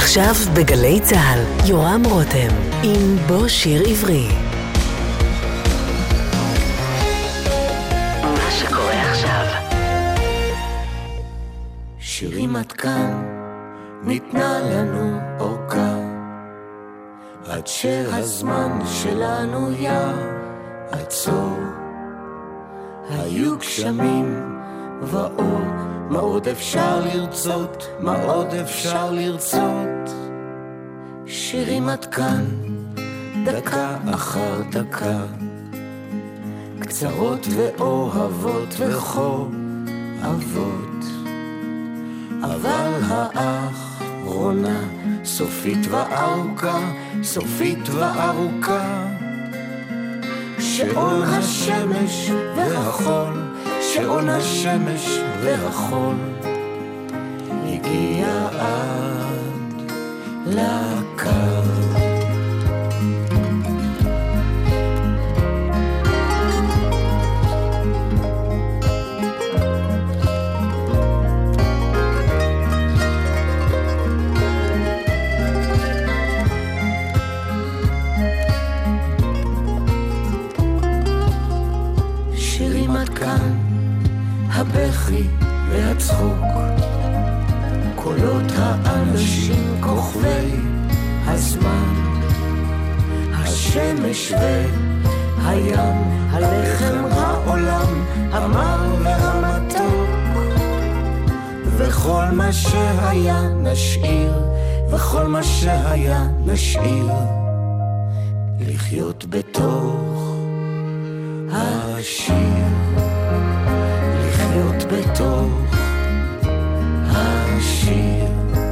עכשיו בגלי צהל, יורם רותם, עם בוא שיר עברי. מה שקורה עכשיו. שירים עד כאן, ניתנה לנו אורכה, עד שהזמן שלנו יעצור. היו גשמים ואור, מה עוד אפשר לרצות, מה עוד אפשר לרצות. שירים עד כאן, דקה אחר דקה, קצרות ואוהבות וחורבות, אבל האחרונה סופית וארוכה, סופית וארוכה. שעון השמש והחול, שעון השמש והחול, הגיע עד לקו. שירים עד כאן, הבכי והצחוק, קולות האנשים כוכבי הזמן, השמש והים, הלחם העולם המר והמתוק, וכל מה שהיה נשאיר, וכל מה שהיה נשאיר, לחיות בתוך השיר, לחיות בתוך השיר.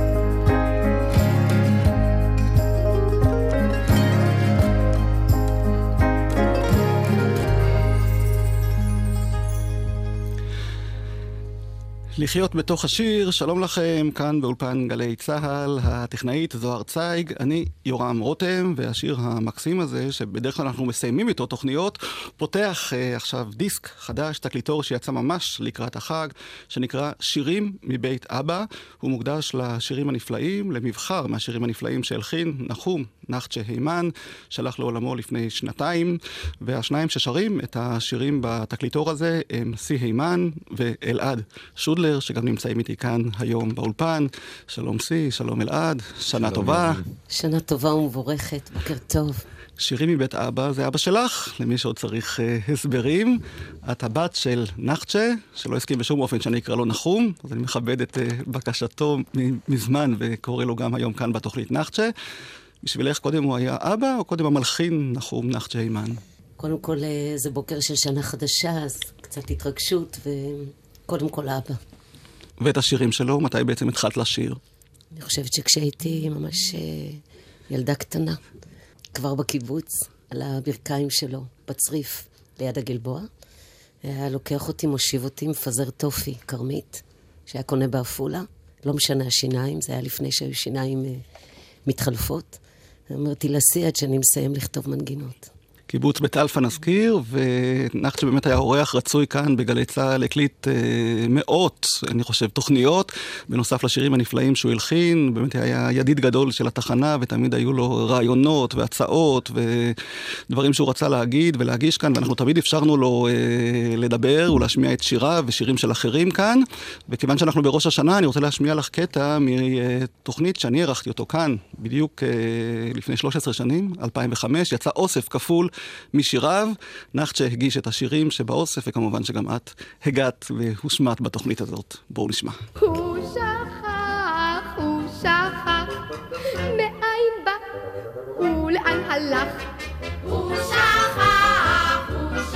לחיות בתוך השיר, שלום לכם, כאן באולפן גלי צהל, הטכנאית זוהר צייג, אני יורם רותם, והשיר המקסים הזה, שבדרך כלל אנחנו מסיימים איתו תוכניות, פותח עכשיו דיסק חדש, תקליטור שיצא ממש לקראת החג, שנקרא שירים מבית אבא. הוא מוקדש לשירים הנפלאים, למבחר מהשירים הנפלאים שהלחין נחום נחצ'ה הימן, שלח לעולמו לפני שנתיים, והשניים ששרים את השירים בתקליטור הזה הם סי הימן ואלעד שודלר, שגם נמצאים איתי כאן היום באולפן. שלום סי, שלום אלעד, שנה טובה. שנה טובה ומבורכת, בוקר טוב. שירים מבית אבא, זה אבא שלך, למי שעוד צריך הסברים. את הבת של נחצ'ה, שלא הסכים בשום אופן שאני אקרא לו נחום, אז אני מכבד את בקשתו מזמן וקורא לו גם היום כאן בתוכנית נחצ'ה. בשבילך קודם הוא היה אבא או קודם המלחין נחום נחצ'ה הימן? קודם כל זה בוקר של שנה חדשה, אז קצת התרגשות וקודם כל אבא. ואת השירים שלו, מתי בעצם התחלת לשיר? אני חושבת שכשהייתי ממש ילדה קטנה, כבר בקיבוץ, על הברכיים שלו, בצריף, ליד הגלבוע, היה לוקח אותי, מושיב אותי, מפזר טופי, קרמית, שהיה קונה באפולה, לא משנה השיניים, זה היה לפני שהיו שיניים מתחלפות. אמרתי לסי עד שאני מסיים לכתוב מנגינות. קיבוץ בית אלפא נזכיר, ונחצ'ה באמת היה אורח רצוי כאן בגלי צהל, הקליט מאות, אני חושב, תוכניות, בנוסף לשירים הנפלאים שהוא הלחין, באמת היה ידיד גדול של התחנה, ותמיד היו לו רעיונות והצעות, ודברים שהוא רצה להגיד ולהגיש כאן, ואנחנו תמיד אפשרנו לו לדבר ולהשמיע את שיריו ושירים של אחרים כאן, וכיוון שאנחנו בראש השנה, אני רוצה להשמיע לך קטע מתוכנית שאני ערכתי אותו כאן, בדיוק לפני 13 שנים, 2005, יצא אוסף כפול משיריו. נחצ'ה הגיש את השירים שבאוסף, וכמובן שגם את הגעת והושמעת בתוכנית הזאת. בואו נשמע. הוא שכח, מאין בא ולאן הלך. הוא שכח,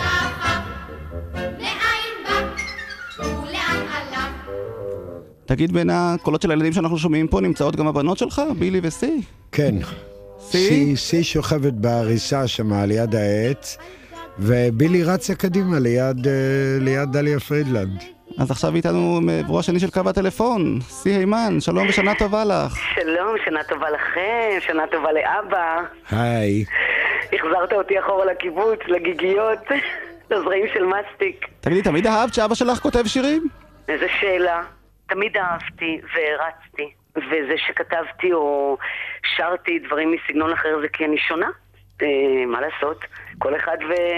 מאין בא ולאן הלך. תגיד, בין הקולות של הילדים שאנחנו שומעים פה, נמצאות גם הבנות שלך, בילי וסי? כן. סי שוכבת בעריסה שם על יד העץ, ובילי רצה קדימה ליד דליה פרידלנד. אז עכשיו איתנו מעברו השני של קו הטלפון, סי הימן, שלום ושנה טובה לך. שלום, שנה טובה לכם, שנה טובה לאבא. היי. החזרת אותי אחורה לקיבוץ, לגיגיות, לזרעים של מסטיק. תגידי, תמיד אהבת שאבא שלך כותב שירים? איזה שאלה. תמיד אהבתי והרצתי. וזה שכתבתי או שרתי דברים מסגנון אחר זה כי אני שונה. מה לעשות? כל אחד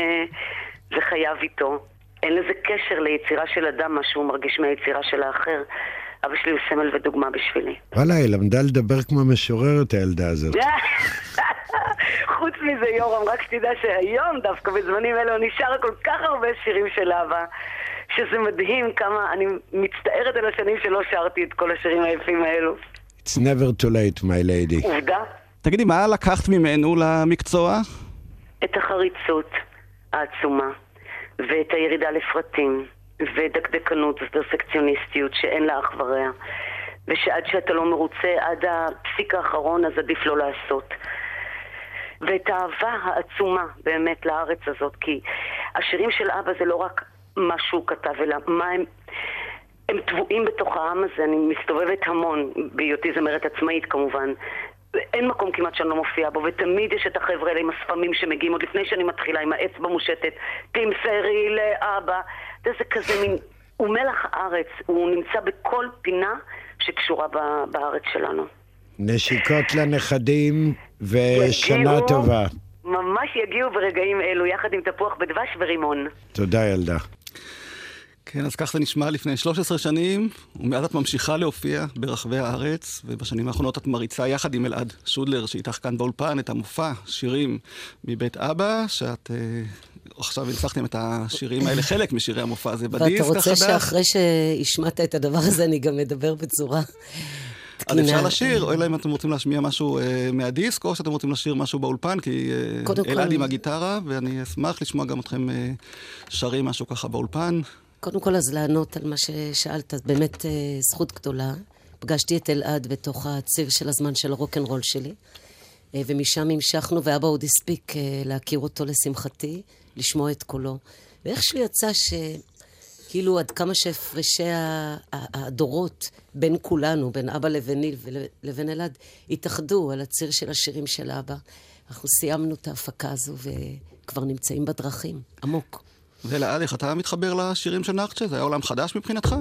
וחייב איתו. אין לזה קשר ליצירה של אדם, מה שהוא מרגיש מהיצירה של האחר. אבא שלי הוא סמל ודוגמה בשבילי. וואלה, היא למדה לדבר כמו משוררת הילדה הזאת. חוץ מזה, יורם, רק שתדע שהיום דווקא בזמנים אלו נשאר כל כך הרבה שירים של אבא, שזה מדהים כמה אני מצטערת על השנים שלא שרתי את כל השירים היפים האלו. It's never too late, my lady. עובדה. תגידי, מה לקחת ממנו למקצוע? את החריצות העצומה, ואת הירידה לפרטים, ודקדקנות ופרפקציוניסטיות שאין לה אח ורע. ושעד שאתה לא מרוצה עד הפסיק האחרון, אז עדיף לא לעשות. ואת האהבה העצומה באמת לארץ הזאת, כי השירים של אבא זה לא רק מה שהוא כתב, אלא מה הם טבועים בתוך העם הזה. אני מסתובבת המון, בהיותי זמרת עצמאית כמובן. אין מקום כמעט שאני לא מופיעה בו, ותמיד יש את החבר'ה האלה עם הספמים שמגיעים עוד לפני שאני מתחילה עם האצבע מושטת, תמסרי לאבא. זה כזה מין, הוא מלח הארץ, הוא נמצא בכל פינה שקשורה בארץ שלנו. נשיקות לנכדים ושנה טובה. ממש יגיעו ברגעים אלו, יחד עם תפוח בדבש ורימון. תודה ילדה. כן, אז כך זה נשמע לפני 13 שנים, ומאז את ממשיכה להופיע ברחבי הארץ, ובשנים האחרונות את מריצה יחד עם אלעד שודלר, שאיתך כאן באולפן, את המופע שירים מבית אבא, שאת עכשיו הצלחתם את השירים האלה, חלק משירי המופע הזה בדיסק החדש. ואתה רוצה שאחרי שהשמעת את הדבר הזה, אני גם מדבר בצורה אז אפשר לשיר, או אלא אם אתם רוצים להשמיע משהו מהדיסק, או שאתם רוצים לשיר משהו באולפן, כי אלעד עם הגיטרה, ואני אשמח לשמוע גם אתכם שרים משהו ככה באולפן. קודם כל, אז לענות על מה ששאלת, באמת זכות גדולה. פגשתי את אלעד בתוך הציר של הזמן של הרוק'נ'רול שלי, ומשם המשכנו, ואבא עוד הספיק להכיר אותו לשמחתי, לשמוע את קולו. ואיכשהו יצא כאילו עד כמה שהפרשי הדורות בין כולנו, בין אבא לביני לבין אלעד, התאחדו על הציר של השירים של אבא. אנחנו סיימנו את ההפקה הזו וכבר נמצאים בדרכים, עמוק. ולעד, איך אתה מתחבר לשירים של נחצ'ה? זה היה עולם חדש מבחינתך?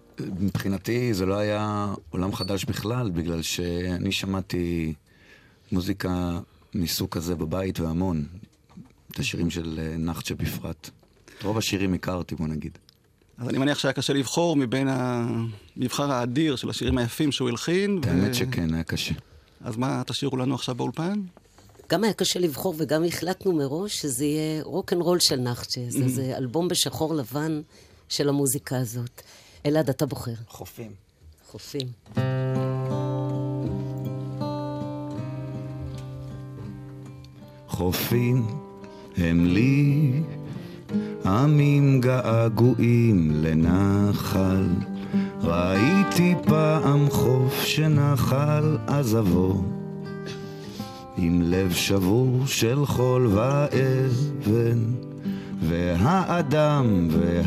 מבחינתי זה לא היה עולם חדש בכלל, בגלל שאני שמעתי מוזיקה מסוג כזה בבית והמון. את השירים של נחצ'ה בפרט. את רוב השירים הכרתי, בוא נגיד. אז אני מניח שהיה קשה לבחור מבין המבחר האדיר של השירים היפים שהוא הלחין. באמת שכן, היה קשה. אז מה תשאירו לנו עכשיו באולפן? גם היה קשה לבחור וגם החלטנו מראש שזה יהיה רוק'נ'רול של נחצ'ה. זה אלבום בשחור לבן של המוזיקה הזאת. אלעד, אתה בוחר. חופים. חופים. חופים הם לי עמים געגועים לנחל, ראיתי פעם חוף שנחל עזבו, עם לב שבור של חול ואבן, והאדם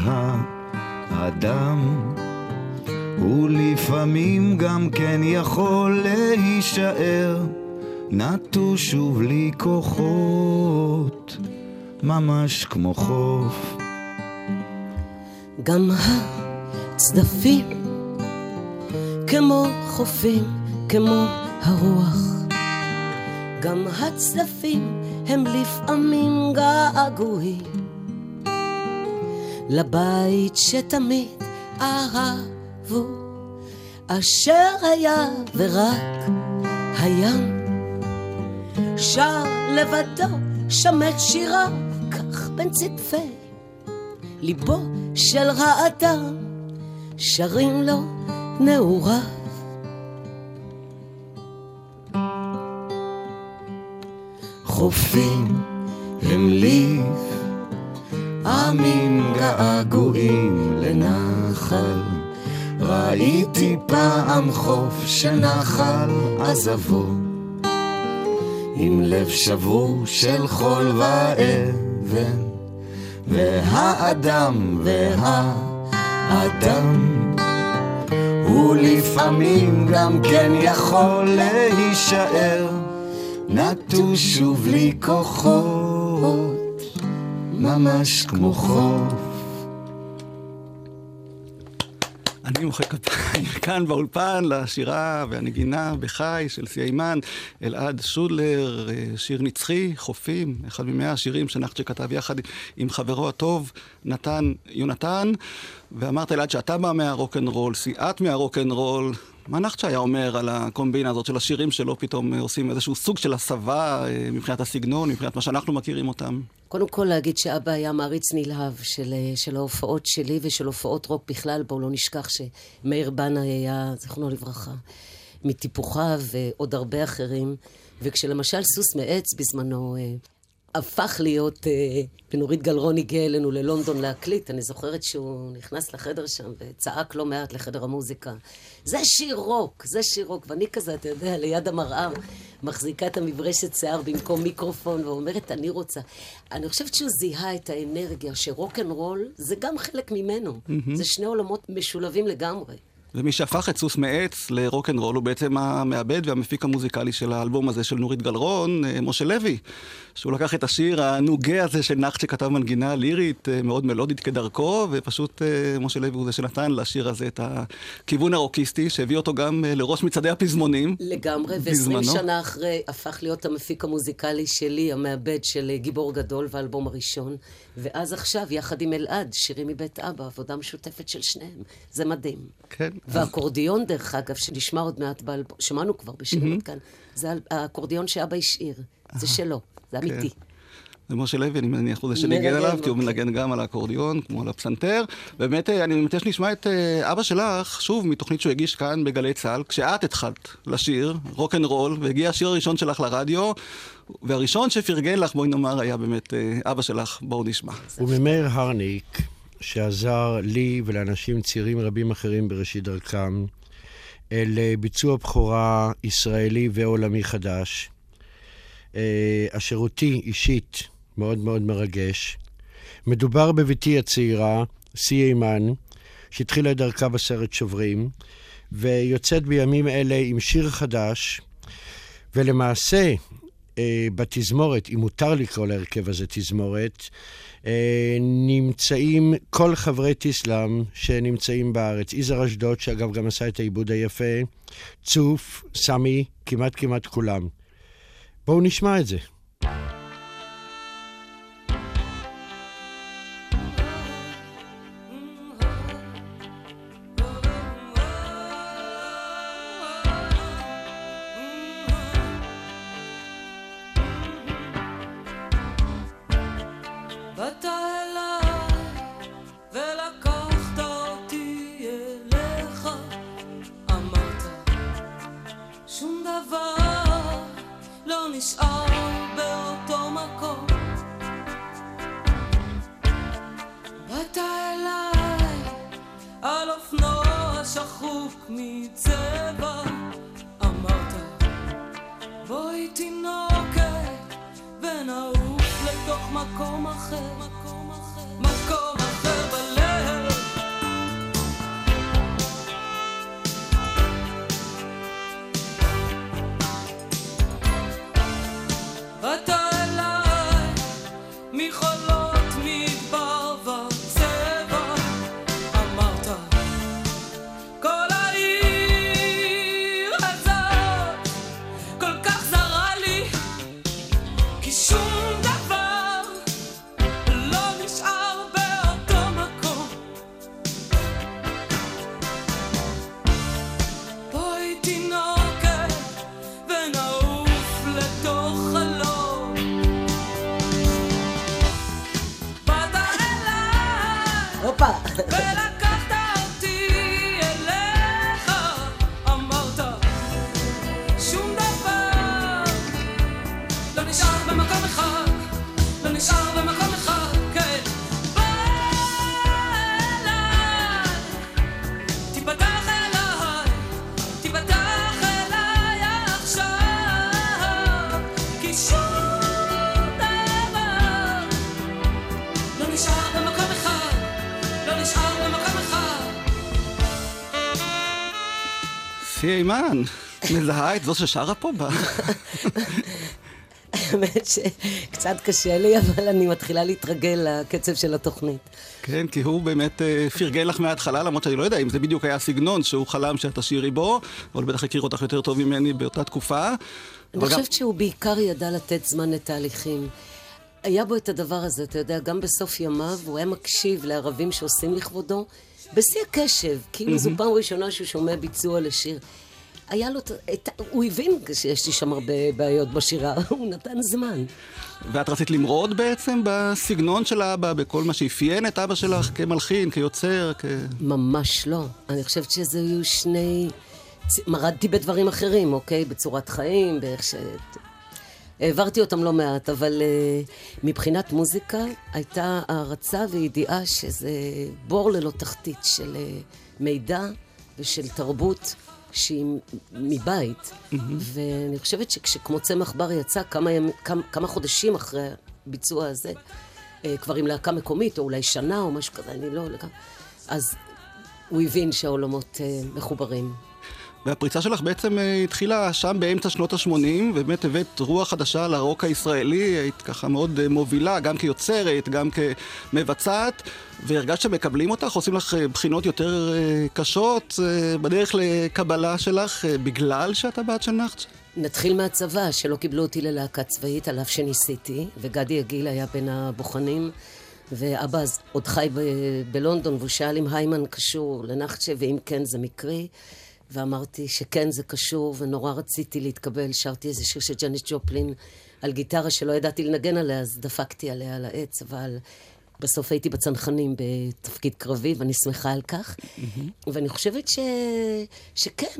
הוא לפעמים גם כן יכול להישאר נטוש ובלי כוחות, ממש כמו חוף. גם הצדפים כמו חופים, כמו הרוח. גם הצדפים הם לפעמים געגועים לבית שתמיד אהבו, אשר היה ורק הים שר לבדו שמת שירה, כך בין צדפי ליבו של האדם שרים לו נעוריו. חופים הם לי עמים געגועים לנחל, ראיתי פעם חוף שנחל עזבו, עם לב שבור של חול ואבן, והאדם הוא לפעמים גם כן יכול להישאר נטוש ובלי כוחות, ממש כמו חוף. אני מוחא כפיים כאן באולפן לשירה והנגינה בחי של סי אימן, אלעד שודלר, שיר נצחי, חופים, אחד ממאה השירים שנחצ'ה כתב יחד עם חברו הטוב נתן יונתן. ואמרת אלעד שאתה בא מהרוק'נ'רול, סיעת מהרוק'נ'רול. מה נחצ'ה היה אומר על הקומבינה הזאת של השירים שלו פתאום עושים איזשהו סוג של הסבה מבחינת הסגנון, מבחינת מה שאנחנו מכירים אותם? קודם כל להגיד שאבא היה מעריץ נלהב של ההופעות שלי ושל הופעות רוק בכלל. בואו לא נשכח שמאיר בנה היה, זכרונו לברכה, מטיפוחיו ועוד הרבה אחרים. וכשלמשל סוס מעץ בזמנו הפך להיות, ונורית גלרון הגיע אלינו ללונדון להקליט, אני זוכרת שהוא נכנס לחדר שם וצעק לא מעט לחדר המוזיקה. זה שיר רוק, זה שיר רוק. ואני כזה, אתה יודע, ליד המראה, מחזיקה את המברשת שיער במקום מיקרופון, ואומרת, אני רוצה. אני חושבת שהוא זיהה את האנרגיה, שרוק'נ'רול זה גם חלק ממנו. זה שני עולמות משולבים לגמרי. ומי שהפך את סוס מעץ לרוק'נ'רול הוא בעצם המעבד והמפיק המוזיקלי של האלבום הזה של נורית גלרון, משה לוי, שהוא לקח את השיר הנוגע הזה של נחצ'ה, כתב מנגינה לירית מאוד מלודית כדרכו, ופשוט משה לוי הוא זה שנתן לשיר הזה את הכיוון הרוקיסטי, שהביא אותו גם לראש מצעדי הפזמונים. לגמרי, ו20 שנה אחרי הפך להיות המפיק המוזיקלי שלי, המעבד של גיבור גדול והאלבום הראשון, ואז עכשיו יחד עם אלעד, שירים מבית אבא, עבודה משותפת של שניהם. זה מדהים. כן. והאקורדיון, דרך אגב, שנשמע עוד מעט, שמענו כבר בשירים כאן, זה האקורדיון שאבא השאיר, זה שלו, זה אמיתי. זה משה לוי, אני מניח הוא זה שניגן עליו, כי הוא מנגן גם על האקורדיון, כמו על הפסנתר. באמת, אני מציע שנשמע את אבא שלך, שוב, מתוכנית שהוא הגיש כאן בגלי צה"ל, כשאת התחלת לשיר, רוק'נ'רול, והגיע השיר הראשון שלך לרדיו, והראשון שפרגן לך, בואי נאמר, היה באמת אבא שלך. בואו נשמע. וממאיר הרניק, שעזר לי ולאנשים צעירים רבים אחרים בראשית דרכם, לביצוע בחורה ישראלי ועולמי חדש, אשר אותי אישית מאוד מאוד מרגש. מדובר בביתי הצעירה, סי אימן, שהתחילה את דרכה בסרט שוברים, ויוצאת בימים אלה עם שיר חדש, ולמעשה בתזמורת, אם מותר לקרוא להרכב הזה תזמורת, נמצאים כל חברי תיסלם שנמצאים בארץ. איזר אשדוד, שאגב גם עשה את העיבוד היפה, צוף, סמי, כמעט כולם. בואו נשמע את זה. סי אימן, מזהה את זו ששרה פה בה. האמת שקצת קשה לי, אבל אני מתחילה להתרגל לקצב של התוכנית. כן, כי הוא באמת פרגן לך מההתחלה, למרות שאני לא יודע אם זה בדיוק היה הסגנון שהוא חלם שאת תשאירי בו, אבל בטח הכיר אותך יותר טוב ממני באותה תקופה. אני חושבת שהוא בעיקר ידע לתת זמן לתהליכים. היה בו את הדבר הזה, אתה יודע, גם בסוף ימיו, הוא היה מקשיב לערבים שעושים לכבודו, בשיא הקשב, כאילו זו פעם ראשונה שהוא שומע ביצוע לשיר. היה לו, הוא הבין שיש לי שם הרבה בעיות בשירה, הוא נתן זמן. ואת רצית למרוד בעצם בסגנון של האבא, בכל מה שאפיין את אבא שלך כמלחין, כיוצר, ממש לא. אני חושבת שזה היו שני... מרדתי בדברים אחרים, אוקיי? בצורת חיים, באיך ש... העברתי אותם לא מעט, אבל מבחינת מוזיקה הייתה הערצה וידיעה שזה בור ללא תחתית של מידע ושל תרבות שהיא מבית. ואני חושבת שכשכמו צמח בר יצא כמה חודשים אחרי הביצוע הזה, כבר עם להקה מקומית, או אולי שנה או משהו כזה, אני לא... אז הוא הבין שהעולמות מחוברים. והפריצה שלך בעצם התחילה שם באמצע שנות ה-80, ובאמת הבאת רוח חדשה לרוק הישראלי, היית ככה מאוד מובילה, גם כיוצרת, גם כמבצעת, והרגשת שמקבלים אותך, עושים לך בחינות יותר קשות בדרך לקבלה שלך, בגלל שאתה בת של נחצ'ה? נתחיל מהצבא, שלא קיבלו אותי ללהקה צבאית, על אף שניסיתי, וגדי הגיל היה בין הבוחנים, ואבא עוד חי בלונדון, והוא שאל אם היימן קשור לנחצ'ה, ואם כן זה מקרי. ואמרתי שכן זה קשור, ונורא רציתי להתקבל. שרתי איזה שיר של ג'אניס ג'ופלין על גיטרה שלא ידעתי לנגן עליה, אז דפקתי עליה על העץ, אבל בסוף הייתי בצנחנים בתפקיד קרבי, ואני שמחה על כך. ואני חושבת שכן,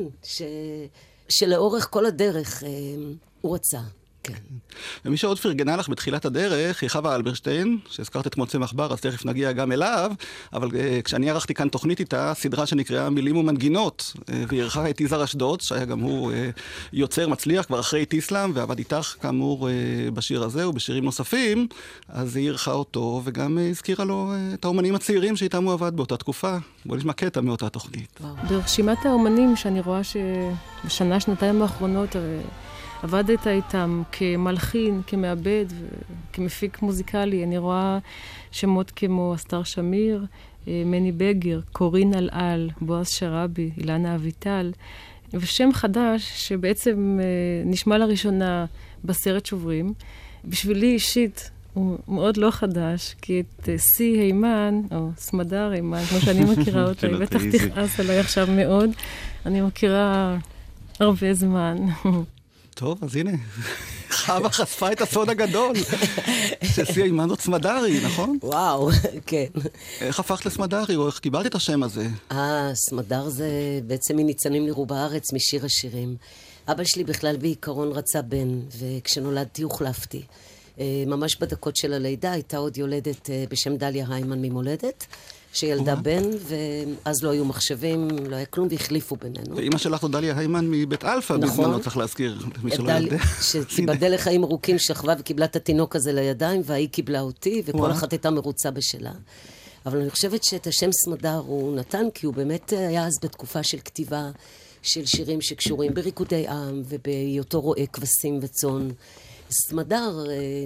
שלאורך כל הדרך הוא רצה. כן. ומי שעוד פרגנה לך בתחילת הדרך היא חווה אלברשטיין, שהזכרת את כמו צמח בר, אז תכף נגיע גם אליו, אבל כשאני ערכתי כאן תוכנית איתה, סדרה שנקראה מילים ומנגינות, והיא ערכה את יזהר אשדוד, שהיה גם הוא יוצר מצליח, כבר אחרי טיסלאם, ועבד איתך כאמור בשיר הזה ובשירים נוספים, אז היא ערכה אותו, וגם הזכירה לו את האומנים הצעירים שאיתם הוא עבד באותה תקופה. בוא נשמע קטע מאותה תוכנית. ברשימת האומנים שאני רואה שבשנה, שנתיים האחרונות עבדת איתם כמלחין, כמעבד וכמפיק מוזיקלי. אני רואה שמות כמו אסתר שמיר, מני בגר, קורין אלעל, בועז שרבי, אילנה אביטל, ושם חדש שבעצם נשמע לראשונה בסרט שוברים. בשבילי אישית הוא מאוד לא חדש, כי את סי הימן, או סמדר הימן, כמו שאני מכירה אותה, היא בטח תכעס עליי עכשיו מאוד. אני מכירה הרבה זמן. טוב, אז הנה, חווה חשפה את הסוד הגדול, שסי הימן זאת סמדרי, נכון? וואו, כן. איך הפכת לסמדרי, או איך קיבלת את השם הזה? סמדר זה בעצם מניצנים לרוב הארץ, משיר השירים. אבא שלי בכלל בעיקרון רצה בן, וכשנולדתי הוחלפתי. ממש בדקות של הלידה הייתה עוד יולדת בשם דליה היימן ממולדת, שילדה בן, ואז לא היו מחשבים, לא היה כלום, והחליפו בינינו. ואמא שלך זו דליה היימן מבית אלפא, בזמנו צריך להזכיר, למי שלא יודע. שתיבדל לחיים ארוכים שכבה וקיבלה את התינוק הזה לידיים, והיא קיבלה אותי, וכל אחת הייתה מרוצה בשלה. אבל אני חושבת שאת השם סמדר הוא נתן, כי הוא באמת היה אז בתקופה של כתיבה של שירים שקשורים בריקודי עם, ובהיותו רואה כבשים וצאן. סמדר...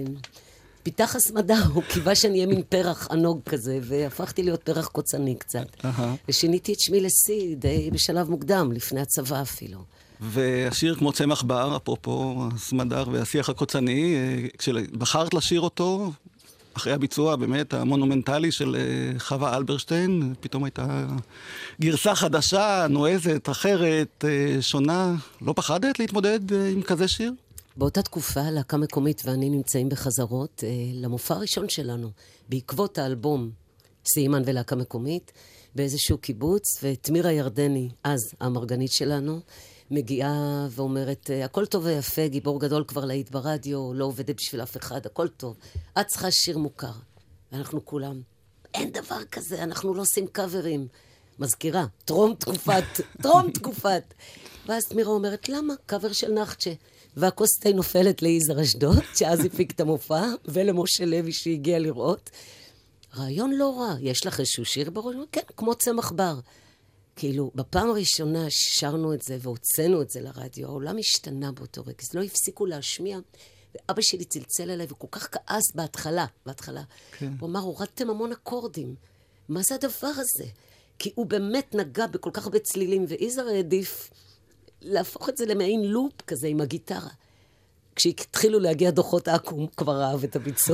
פיתח הסמדה, הוא קיווה שאני אהיה מין פרח ענוג כזה, והפכתי להיות פרח קוצני קצת. ושיניתי את שמי לסי די בשלב מוקדם, לפני הצבא אפילו. והשיר כמו צמח בר, אפרופו הסמדר והשיח הקוצני, כשבחרת לשיר אותו, אחרי הביצוע באמת המונומנטלי של חווה אלברשטיין, פתאום הייתה גרסה חדשה, נועזת, אחרת, שונה. לא פחדת להתמודד עם כזה שיר? באותה תקופה, להקה מקומית ואני נמצאים בחזרות למופע הראשון שלנו, בעקבות האלבום סיימן ולהקה מקומית, באיזשהו קיבוץ, ותמירה ירדני, אז המרגנית שלנו, מגיעה ואומרת, הכל טוב ויפה, גיבור גדול כבר להיט ברדיו, לא עובדת בשביל אף אחד, הכל טוב. את צריכה שיר מוכר. ואנחנו כולם, אין דבר כזה, אנחנו לא עושים קאברים. מזכירה, טרום תקופת. ואז תמירה אומרת, למה? קאבר של נחצ'ה. והכוס תה נופלת ליזהר אשדוד, שאז הפיק את המופע, ולמשה לוי שהגיע לראות. רעיון לא רע, יש לך איזשהו שיר בראש? כן, כמו צמח בר. כאילו, בפעם הראשונה ששרנו את זה והוצאנו את זה לרדיו, העולם השתנה באותו רגע, לא הפסיקו להשמיע ואבא שלי צלצל אליי וכל כך כעס בהתחלה. כן. הוא אמר, הורדתם המון אקורדים. מה זה הדבר הזה? כי הוא באמת נגע בכל כך הרבה צלילים, ויזהר העדיף להפוך את זה למעין לופ כזה עם הגיטרה. כשהתחילו להגיע דוחות אקו"ם, כבר אהב את הביצוע.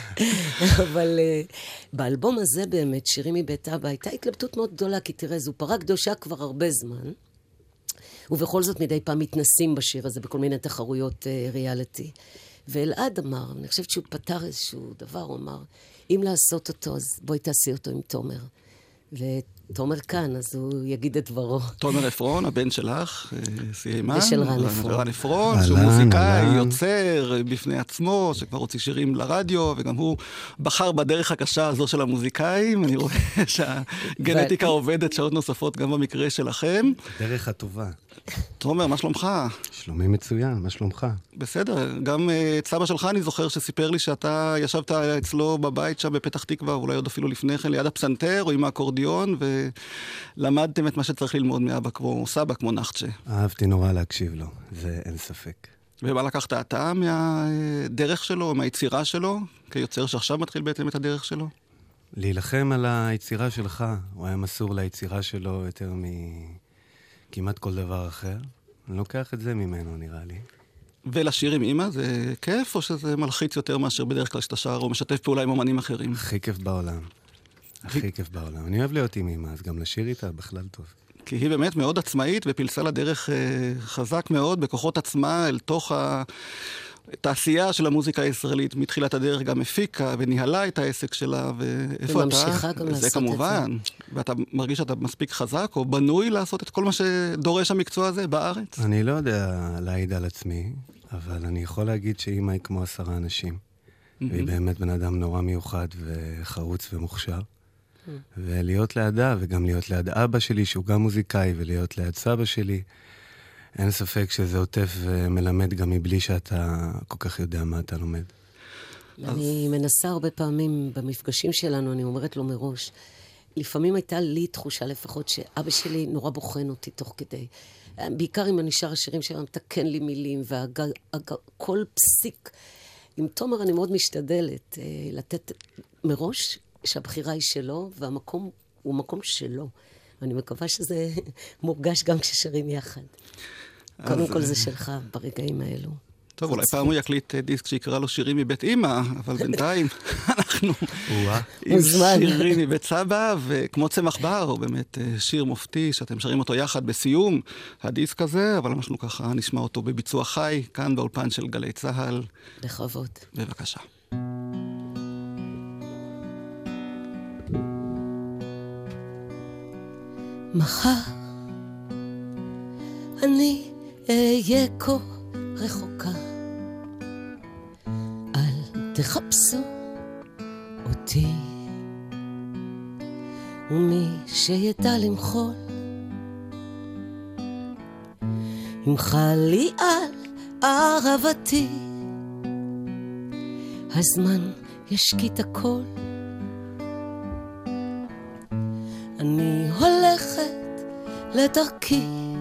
אבל באלבום הזה באמת, שירים מבית אבא, הייתה התלבטות מאוד גדולה, כי תראה, זו פרה קדושה כבר הרבה זמן, ובכל זאת מדי פעם מתנסים בשיר הזה, בכל מיני תחרויות ריאליטי. ואלעד אמר, אני חושבת שהוא פתר איזשהו דבר, הוא אמר, אם לעשות אותו, אז בואי תעשי אותו עם תומר. ותומר כאן, אז הוא יגיד את דברו. תומר אפרון, הבן שלך, סיימן. ושל רן אפרון, שהוא מוזיקאי, יוצר בפני עצמו, שכבר הוציא שירים לרדיו, וגם הוא בחר בדרך הקשה הזו של המוזיקאים. אני רואה שהגנטיקה עובדת שעות נוספות גם במקרה שלכם. דרך הטובה. תומר, מה שלומך? שלומי מצוין, מה שלומך? בסדר, גם את סבא שלך אני זוכר שסיפר לי שאתה ישבת אצלו בבית שם בפתח תקווה, אולי עוד אפילו לפני כן, ליד הפסנתר או עם האקורדיון, ולמדתם את מה שצריך ללמוד מאבא כמו סבא, כמו נחצ'ה. אהבתי נורא להקשיב לו, זה אין ספק. ומה לקחת אתה מהדרך שלו, מהיצירה שלו, כיוצר שעכשיו מתחיל בעצם את הדרך שלו? להילחם על היצירה שלך, הוא היה מסור ליצירה שלו יותר כמעט כל דבר אחר. אני לוקח את זה ממנו, נראה לי. ולשיר עם אמא, זה כיף או שזה מלחיץ יותר מאשר בדרך כלל שאתה שר או משתף פעולה עם אומנים אחרים? הכי כיף בעולם. הכי כיף בעולם. אני אוהב להיות עם אמא, אז גם לשיר איתה בכלל טוב. כי היא באמת מאוד עצמאית ופילסה לדרך חזק מאוד בכוחות עצמה אל תוך התעשייה של המוזיקה הישראלית. מתחילת הדרך גם הפיקה וניהלה את העסק שלה. ואיפה אתה? וממשיכה גם לעשות את זה. זה כמובן. ואתה מרגיש שאתה מספיק חזק או בנוי לעשות את כל מה שדורש המקצוע הזה בארץ? אני לא יודע להעיד על עצמי, אבל אני יכול להגיד שאמא היא כמו 10 אנשים. והיא באמת בן אדם נורא מיוחד וחרוץ ומוכשר. ולהיות לידה, וגם להיות ליד אבא שלי, שהוא גם מוזיקאי, ולהיות ליד סבא שלי, אין ספק שזה עוטף ומלמד גם מבלי שאתה כל כך יודע מה אתה לומד. אני מנסה הרבה פעמים במפגשים שלנו, אני אומרת לו מראש, לפעמים הייתה לי תחושה לפחות שאבא שלי נורא בוחן אותי תוך כדי. בעיקר אם אני שר השירים שלנו, מתקן לי מילים, וכל פסיק. עם תומר אני מאוד משתדלת לתת מראש שהבחירה היא שלו, והמקום הוא מקום שלו. אני מקווה שזה מורגש גם כששרים יחד. קודם כל זה שלך ברגעים האלו. טוב, אולי פעם הוא יקליט דיסק שיקרא לו שירים מבית אמא, אבל בינתיים אנחנו עם שירים מבית סבא, וכמו צמח בר, הוא באמת שיר מופתי שאתם שרים אותו יחד בסיום הדיסק הזה, אבל אנחנו ככה נשמע אותו בביצוע חי, כאן באולפן של גלי צהל. בכבוד. בבקשה. מחר אני אהיה כה רחוקה, אל תחפשו אותי, ומי שידע למחול ימחל לי על אהבתי, הזמן ישקיט הכל, אני הולכת לדרכי,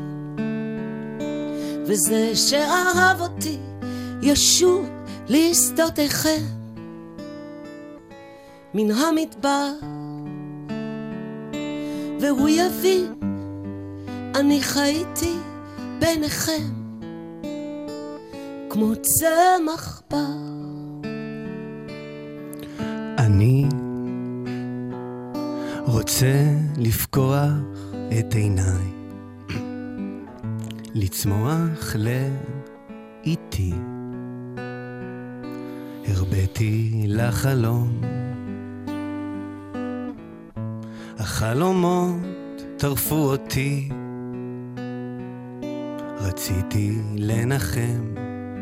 וזה שאהב אותי ישוב לשדותיכם מן המדבר, והוא יבין אני חייתי ביניכם כמו צמח בר. אני רוצה לפקוח את עיניי, לצמוח לאיתי, הרביתי לחלום, החלומות טרפו אותי, רציתי לנחם,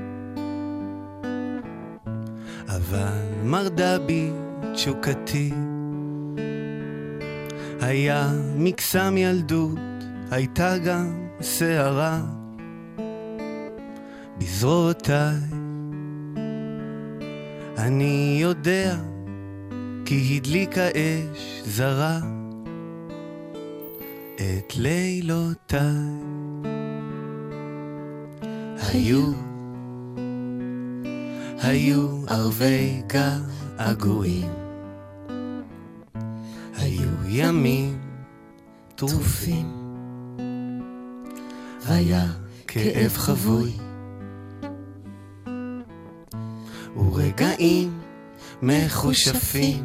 אבל מרדה בי תשוקתי, היה מקסם ילדות, הייתה גם שערה בזרועותיי, אני יודע כי הדליקה אש זרה את לילותיי, היו ערבי געגועים, היו ימים טרופים, היה כאב חבוי ורגעים מחושפים,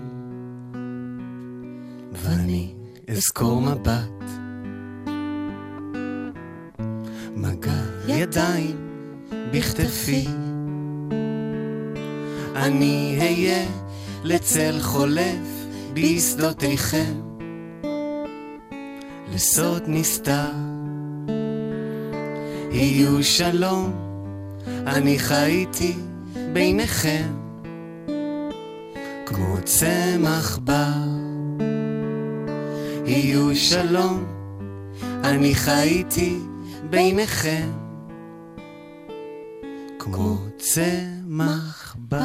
ואני אזכור מבט, מגע ידיים בכתפי, אני אהיה לצל חולף בשדותיכם, לסוד נסתר יהיו שלום, אני חייתי ביניכם כמו צמח בר. יהיו שלום, אני חייתי ביניכם כמו צמח בר.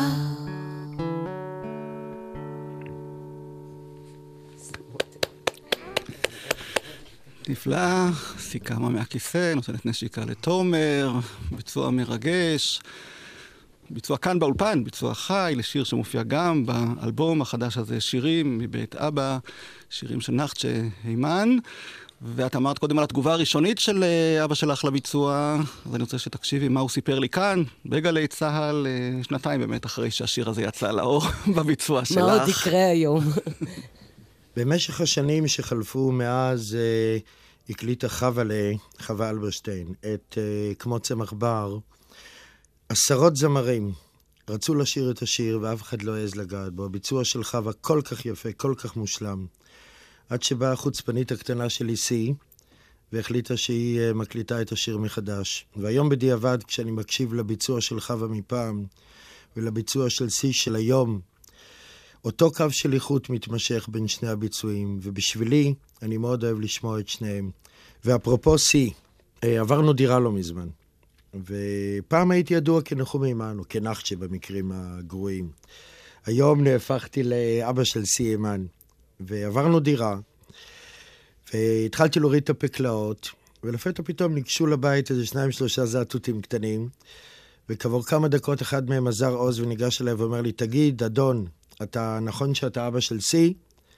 נפלא, סיכמה מהכיסא, נותנת נשיקה לתומר, ביצוע מרגש, ביצוע כאן באולפן, ביצוע חי לשיר שמופיע גם באלבום החדש הזה, שירים מבית אבא, שירים של נחצ'ה הימן. ואת אמרת קודם על התגובה הראשונית של אבא שלך לביצוע, אז אני רוצה שתקשיבי מה הוא סיפר לי כאן, בגלי צהל, שנתיים באמת אחרי שהשיר הזה יצא לאור בביצוע שלך. מה עוד יקרה היום? במשך השנים שחלפו מאז הקליטה חווה אלברשטיין את כמו צמח בר, עשרות זמרים רצו לשיר את השיר ואף אחד לא העז לגעת בו. הביצוע של חווה כל כך יפה, כל כך מושלם. עד שבאה החוצפנית הקטנה שלי סי, והחליטה שהיא מקליטה את השיר מחדש. והיום בדיעבד, כשאני מקשיב לביצוע של חווה מפעם, ולביצוע של סי של היום, אותו קו של איכות מתמשך בין שני הביצועים, ובשבילי אני מאוד אוהב לשמוע את שניהם. ואפרופו סי, עברנו דירה לא מזמן. ופעם הייתי ידוע כנחום הימן, או כנחצ'ה במקרים הגרועים. היום נהפכתי לאבא של סי הימן. ועברנו דירה, והתחלתי להוריד את הפקלאות, ולפתע פתאום ניגשו לבית איזה 2-3 זעתותים קטנים, וכעבור כמה דקות אחד מהם עזר עוז וניגש אליי ואומר לי, תגיד, אדון, אתה נכון שאתה אבא של סי?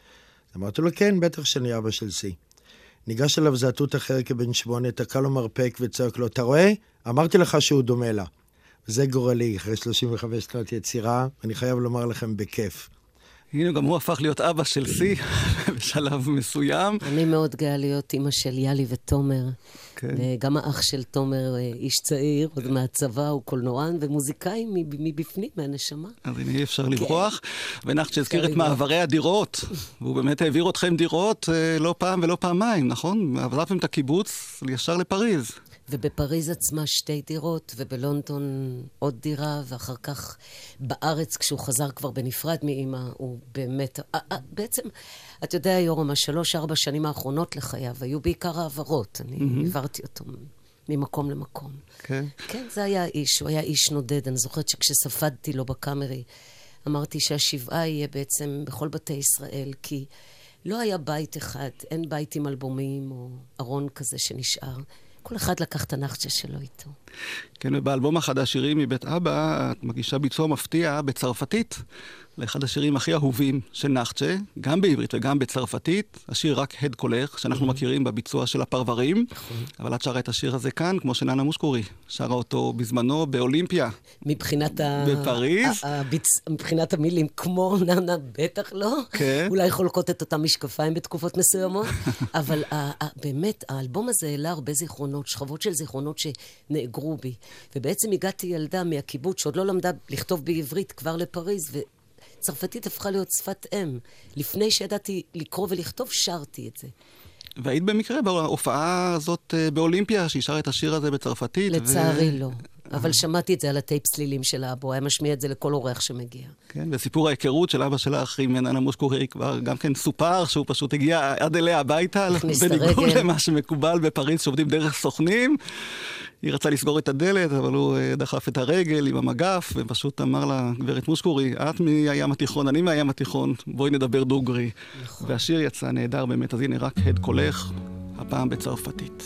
אמרתי לו, כן, בטח שאני אבא של סי. ניגש אליו זעתות אחר כבן 8, תקע לו מרפק וצועק לו, אתה רואה? אמרתי לך שהוא דומה לה. וזה גורלי, אחרי 35 שנות יצירה, אני חייב לומר לכם בכיף. הנה, גם הוא הפך להיות אבא של סי בשלב מסוים. אני מאוד גאה להיות אמא של יאלי ותומר. כן. גם האח של תומר, איש צעיר, עוד מהצבא, הוא קולנוען ומוזיקאי מבפנים, מהנשמה. אז הנה, אי אפשר לברוח. ונחצ'ה הזכיר את מעברי הדירות. והוא באמת העביר אתכם דירות לא פעם ולא פעמיים, נכון? עברתם את הקיבוץ ישר לפריז. ובפריז עצמה 2 דירות, ובלונדון עוד דירה, ואחר כך בארץ, כשהוא חזר כבר בנפרד מאמא, הוא באמת... בעצם, את יודע, יורם, 3-4 שנים האחרונות לחייו, היו בעיקר העברות. אני עברתי אותו ממקום למקום. כן. כן, זה היה האיש, הוא היה איש נודד. אני זוכרת שכשספדתי לו בקאמרי, אמרתי שהשבעה יהיה בעצם בכל בתי ישראל, כי לא היה בית אחד, אין בית עם אלבומים או ארון כזה שנשאר. כל אחד לקח את הנחצ'ה שלו איתו. כן, ובאלבום החדש שירים מבית אבא, את מגישה ביצוע מפתיע בצרפתית, לאחד השירים הכי אהובים של נחצ'ה, גם בעברית וגם בצרפתית, השיר רק הד קולך, שאנחנו מכירים בביצוע של הפרברים, אבל את שרה את השיר הזה כאן, כמו שננה מושקורי, שרה אותו בזמנו באולימפיה. מבחינת בפריז. מבחינת המילים, כמו ננה, בטח לא. כן. אולי חולקות את אותם משקפיים בתקופות מסוימות, אבל באמת, האלבום הזה העלה הרבה זיכרונות, שכבות של זיכרונות שנאגרו בי. ובעצם הגעתי ילדה מהקיבוץ שעוד לא למדה לכתוב בעברית כבר לפריז, וצרפתית הפכה להיות שפת אם. לפני שידעתי לקרוא ולכתוב, שרתי את זה. והיית במקרה בהופעה הזאת באולימפיה, שהיא שרה את השיר הזה בצרפתית? לצערי לא. אבל שמעתי את זה על הטייפ צלילים של אבו, היה משמיע את זה לכל אורח שמגיע. כן, וסיפור ההיכרות של אבא שלך עם ננה מושקורי כבר גם כן סופר, שהוא פשוט הגיע עד אליה הביתה, בניגוד למה שמקובל בפריז, שעובדים דרך סוכנים. היא רצה לסגור את הדלת, אבל הוא דחף את הרגל עם המגף, ופשוט אמר לה, גברת מושקורי, את מהים התיכון, אני מהים התיכון, בואי נדבר דוגרי. נכון. והשיר יצא נהדר באמת, אז הנה רק הד קולך, הפעם בצרפתית.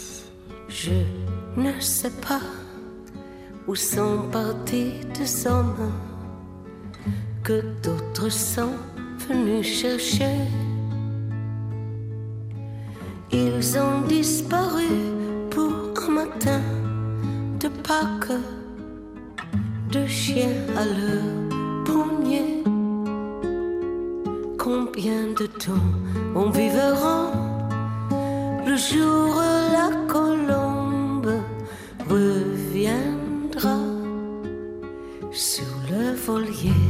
Je ne sais pas où sont partis tes hommes. que d'autres sont venus chercher. Ils ont disparu pour un matin de Pâques, de chiens à leur poignet. Combien de temps on vivra le jour où la colombe reviendra sur le voilier?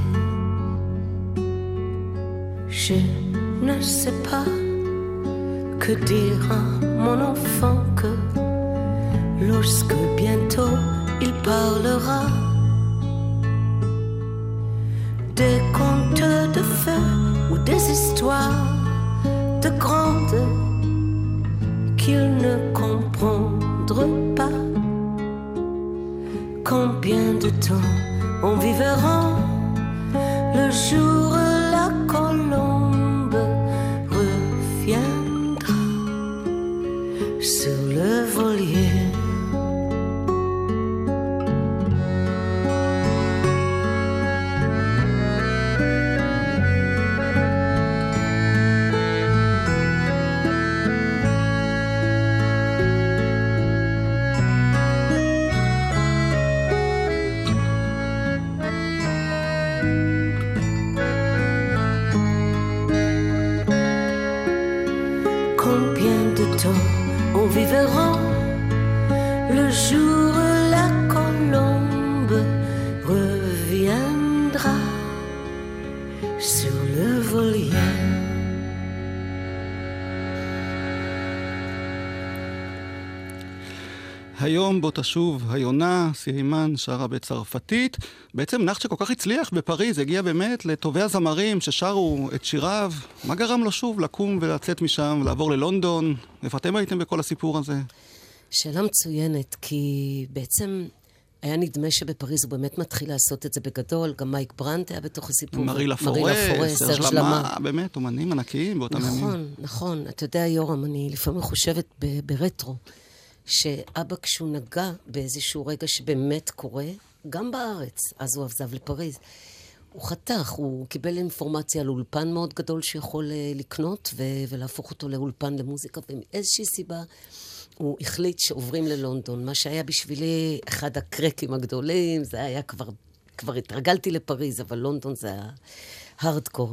Je ne sais pas que dira mon enfant que lorsque bientôt il parlera des contes de feu ou des histoires de grandes qu'il ne comprendra pas. Combien de temps on vivra le jour où la colombe reviendra sur le voilier? On vivra le jour où la colombe reviendra sur le voilier. היום בו תשוב היונה, סיימן שרה בצרפתית. בעצם נחט שכל כך הצליח בפריז, הגיע באמת לטובי הזמרים ששרו את שיריו. מה גרם לו שוב לקום ולצאת משם, לעבור ללונדון? איפה אתם הייתם בכל הסיפור הזה? שאלה מצוינת, כי בעצם היה נדמה שבפריז הוא באמת מתחיל לעשות את זה בגדול. גם מייק ברנט היה בתוך הסיפור. מרי לפורס, סרג' למה, באמת, אומנים ענקיים באותם ימים. נכון, נכון. אתה יודע, יורם, אני לפעמים חושבת ברטרו, שאבא כשהוא נגע באיזשהו רגע שבאמת קורה, גם בארץ, אז הוא עזב לפריז. הוא חתך, הוא קיבל אינפורמציה על אולפן מאוד גדול שיכול לקנות ולהפוך אותו לאולפן למוזיקה, ומאיזושהי סיבה הוא החליט שעוברים ללונדון. מה שהיה בשבילי אחד הקרקים הגדולים, זה היה כבר התרגלתי לפריז, אבל לונדון זה היה הרדקור.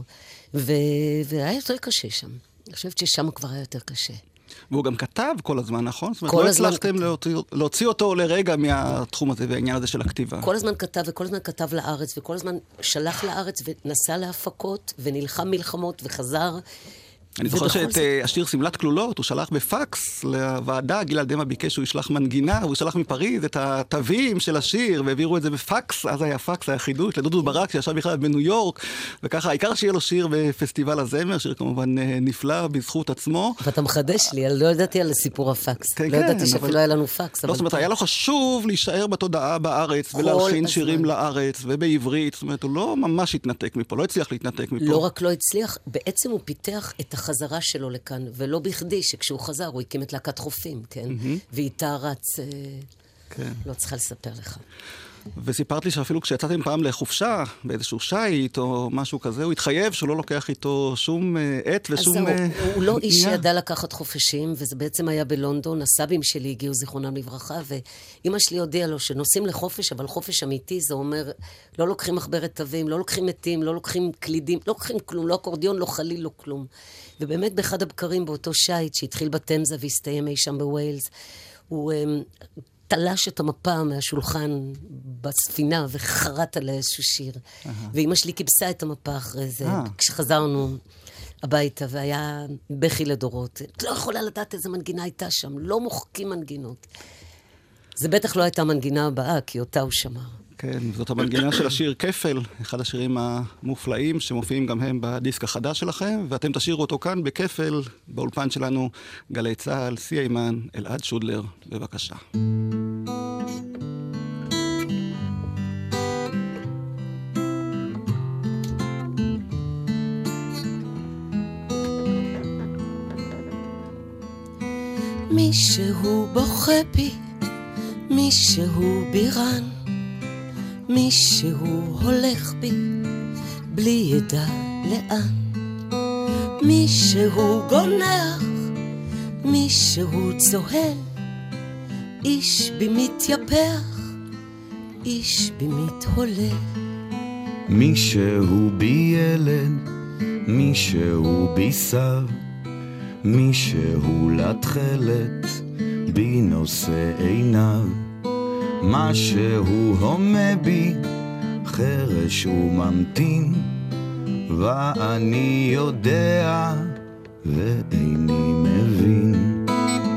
והיה יותר קשה שם. אני חושבת ששם כבר היה יותר קשה. והוא גם כתב כל הזמן, נכון? זאת אומרת, לא הצלחתם להוציא אותו לרגע מהתחום הזה והעניין הזה של הכתיבה. כל הזמן כתב, וכל הזמן כתב לארץ, וכל הזמן שלח לארץ ונסע להפקות, ונלחם מלחמות וחזר. אני זוכר שאת השיר סמלת כלולות, הוא שלח בפקס לוועדה, גלעד דמה ביקש שהוא ישלח מנגינה, והוא שלח מפריז את התווים של השיר, והעבירו את זה בפקס, אז היה פקס, היה חידוש, לדודו ברק שישב בכלל בניו יורק, וככה, העיקר שיהיה לו שיר בפסטיבל הזמר, שיר כמובן נפלא בזכות עצמו. ואתה מחדש לי, לא ידעתי על סיפור הפקס, לא ידעתי שאפילו היה לנו פקס. לא, זאת אומרת, היה לו חשוב להישאר בתודעה בארץ, ולהלחין שירים לארץ, ובעברית, זאת אומרת, הוא לא ממש התנתק מפה, לא הצליח להתנתק מפה. לא רק לא הצליח, בעצם הוא פיתח את החזרה שלו לכאן, ולא בכדי שכשהוא חזר הוא הקים את להקת חופים, כן? ואיתה רץ, לא צריכה לספר לך. וסיפרת לי שאפילו כשיצאתם פעם לחופשה, באיזשהו שייט או משהו כזה, הוא התחייב שהוא לא לוקח איתו שום עת ושום... אז הוא לא איש שידע לקחת חופשים, וזה בעצם היה בלונדון. הסבים שלי הגיעו זיכרונם לברכה, ואמא שלי הודיעה לו שנוסעים לחופש, אבל חופש אמיתי זה אומר, לא לוקחים מחברת תווים, לא לוקחים מתים, לא לוקחים קלידים, לא לוקחים כלום, לא אקורדיון, לא חליל, לא כלום. ובאמת באחד הבקרים באותו שייט שהתחיל בתמזה והסתיים אי שם בווילס, הוא תלש את המפה מהשולחן בספינה וחרט עליה איזשהו שיר. ואמא שלי קיבסה את המפה אחרי זה, כשחזרנו הביתה, והיה בכי לדורות. את לא יכולה לדעת איזה מנגינה הייתה שם, לא מוחקים מנגינות. זה בטח לא הייתה מנגינה הבאה, כי אותה הוא שמר. כן, זאת המנגינה של השיר כפל, אחד השירים המופלאים שמופיעים גם הם בדיסק החדש שלכם, ואתם תשאירו אותו כאן בכפל, באולפן שלנו, גלי צהל, סיימן, אלעד שודלר, בבקשה. מישהו בוכה בי, מישהו בירן, מישהו הולך בי בלי ידע לאן. מישהו גונח, מישהו צוהל, איש בי מתייפח, איש בי מתהולל. מישהו בי ילד, מישהו בי סב, מישהו לתחלת, בי נושא עיניו. משהו הומה בי, חרש וממתין, ואני יודע ואיני מבין.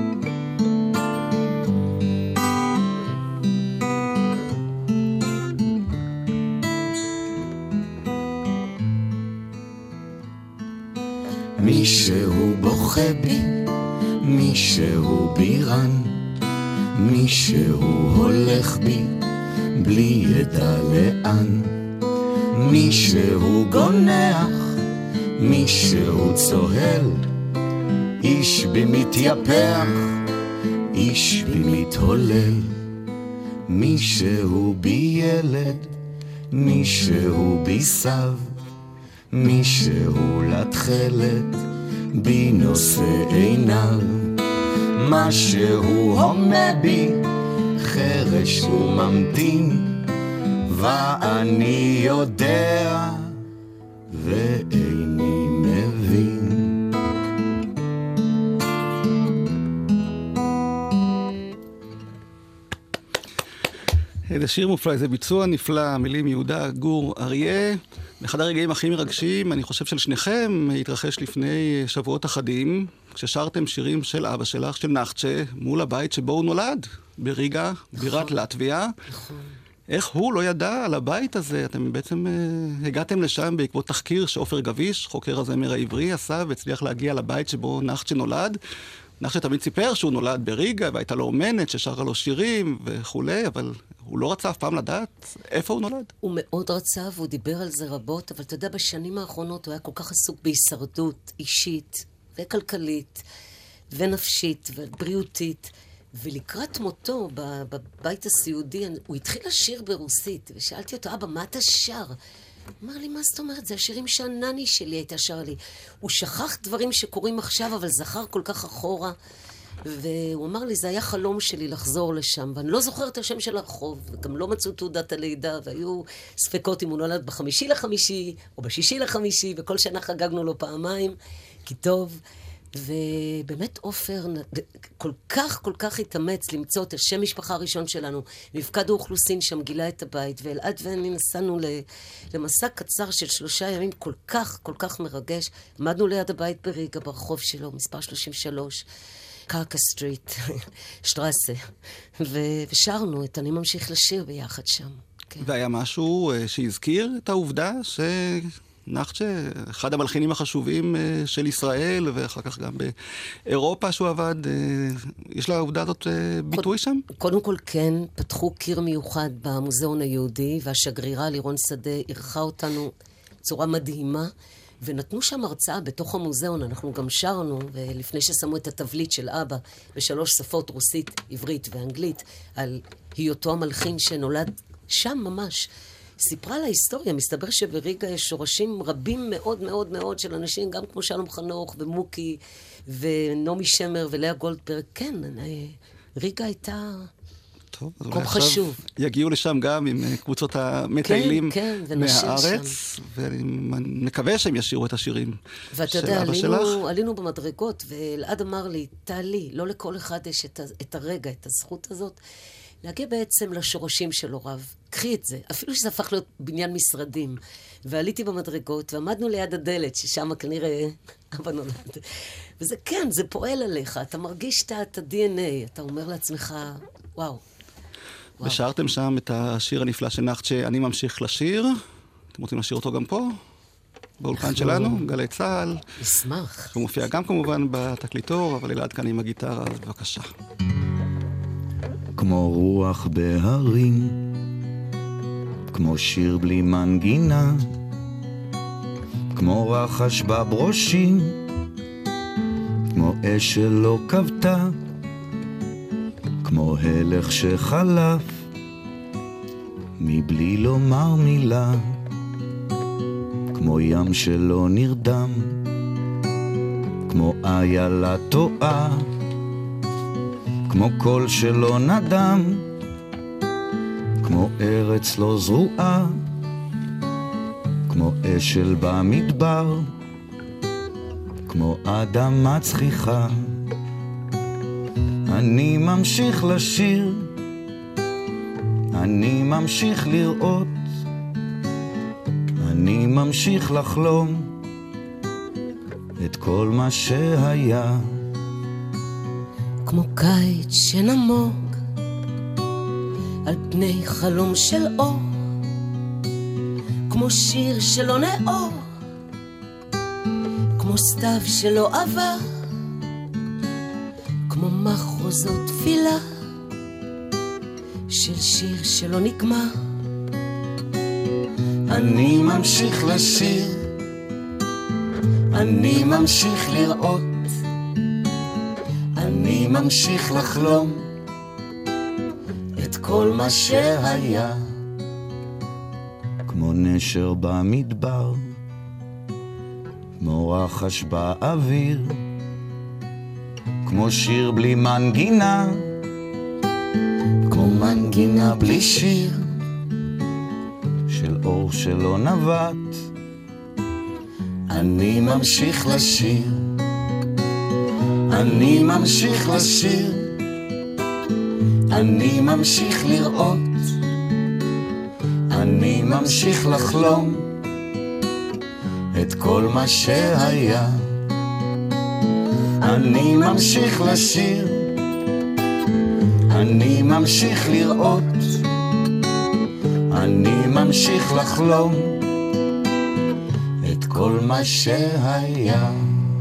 מישהו בוכה בי, מישהו בירן, מישהו הולך בי בלי ידע לאן. מישהו גונח, מישהו צוהל, איש בי מתייפח, איש בי מתהולל. מישהו בי ילד, מישהו בי סב, מישהו לתחלת, בי נושא עיניו. משהו הומה בי, חרש וממתין, ואני יודע ואיני מבין. זה שיר מופלא, זה ביצוע נפלא, מילים יהודה גור אריה. אחד הרגעים הכי מרגשים, אני חושב של שניכם, התרחש לפני שבועות אחדים, כששרתם שירים של אבא שלך, של נחצ'ה, מול הבית שבו הוא נולד, בריגה, בירת לטביה. איך הוא לא ידע על הבית הזה? אתם בעצם הגעתם לשם בעקבות תחקיר שאופר גביש, חוקר הזמר העברי, עשה והצליח להגיע לבית שבו נחצ'ה נולד. נחצ'ה תמיד סיפר שהוא נולד בריגה, והייתה לו אומנת ששרה לו שירים וכולי, אבל הוא לא רצה אף פעם לדעת איפה הוא נולד. הוא מאוד רצה והוא דיבר על זה רבות, אבל אתה יודע, בשנים האחרונות הוא היה כל כך עסוק בהישרדות אישית וכלכלית ונפשית ובריאותית. ולקראת מותו בבית הסיעודי, הוא התחיל לשיר ברוסית, ושאלתי אותו, אבא, מה אתה שר? אמר לי, מה זאת אומרת? זה השירים שהנני שלי הייתה שר לי. הוא שכח דברים שקורים עכשיו, אבל זכר כל כך אחורה. והוא אמר לי, זה היה חלום שלי לחזור לשם, ואני לא זוכר את השם של הרחוב, וגם לא מצאו תעודת הלידה, והיו ספקות אם הוא נולד ב5 למאי, או ב6 למאי, וכל שנה חגגנו לו פעמיים, כי טוב. ובאמת אופר כל כך התאמץ למצוא את השם משפחה הראשון שלנו. מפקד האוכלוסין שם גילה את הבית, ואלעד ואני נסענו למסע קצר של 3 ימים כל כך מרגש. עמדנו ליד הבית בריגה ברחוב שלו, מספר 33, קרקה סטריט, שטרסה, ושרנו את אני ממשיך לשיר ביחד שם. כן. והיה משהו שהזכיר את העובדה נחצ'ה, אחד המלחינים החשובים של ישראל, ואחר כך גם באירופה שהוא עבד, יש לעובדה הזאת ביטוי שם? קודם כל כן, פתחו קיר מיוחד במוזיאון היהודי, והשגרירה לירון שדה ערכה אותנו בצורה מדהימה, ונתנו שם הרצאה בתוך המוזיאון, אנחנו גם שרנו, ולפני ששמו את התבליט של אבא, ב3 שפות, רוסית, עברית ואנגלית, על היותו המלחין שנולד שם ממש. סיפרה על ההיסטוריה, מסתבר שבריגה יש שורשים רבים מאוד מאוד מאוד של אנשים, גם כמו שלום חנוך ומוקי ונומי שמר ולאה גולדברג. כן, ריגה הייתה מקום חשוב. יגיעו לשם גם עם קבוצות המטיילים מהארץ, ונקווה שהם ישירו את השירים של אבא שלך. ואתה יודע, עלינו במדרגות, ואלעד אמר לי, תעלי, לא לכל אחד יש את הרגע, את הזכות הזאת, להגיע בעצם לשורשים של הוריו. קחי את זה, אפילו שזה הפך להיות בניין משרדים. ועליתי במדרגות, ועמדנו ליד הדלת, ששם כנראה אבא נולד. וזה כן, זה פועל עליך, אתה מרגיש את ה-DNA, אתה אומר לעצמך, וואו. ושרתם שם את השיר הנפלא של נחצ'ה, אני ממשיך לשיר. אתם רוצים לשיר אותו גם פה? באולפן שלנו, גלי צהל. נשמח. הוא מופיע גם כמובן בתקליטור, אבל אלעד כאן עם הגיטרה, אז בבקשה. כמו רוח בהרים, כמו שיר בלי מנגינה, כמו רחש בברושים, כמו אש שלא כבתה, כמו הלך שחלף מבלי לומר מילה, כמו ים שלא נרדם, כמו איילה טועה, כמו קול שלא נדם, כמו ארץ לא זרועה, כמו אשל במדבר, כמו אדמה צחיחה. אני ממשיך לשיר, אני ממשיך לראות, אני ממשיך לחלום את כל מה שהיה. כמו קיץ שנמוג על פני חלום של אור, כמו שיר שלא נאור, כמו סתיו שלא עבר, כמו מחרוזות תפילה של שיר שלא נגמר. אני ממשיך לשיר, אני ממשיך לראות, אני ממשיך לחלום את כל מה שהיה. כמו נשר במדבר, כמו רחש באוויר, כמו שיר בלי מנגינה, כמו מנגינה בלי שיר, של אור שלא נבט. אני ממשיך לשיר, אני ממשיך לשיר, אני ממשיך לראות, אני ממשיך לחלום את כל מה שהיה. אני ממשיך לשיר, אני ממשיך לראות, אני ממשיך לחלום את כל מה שהיה.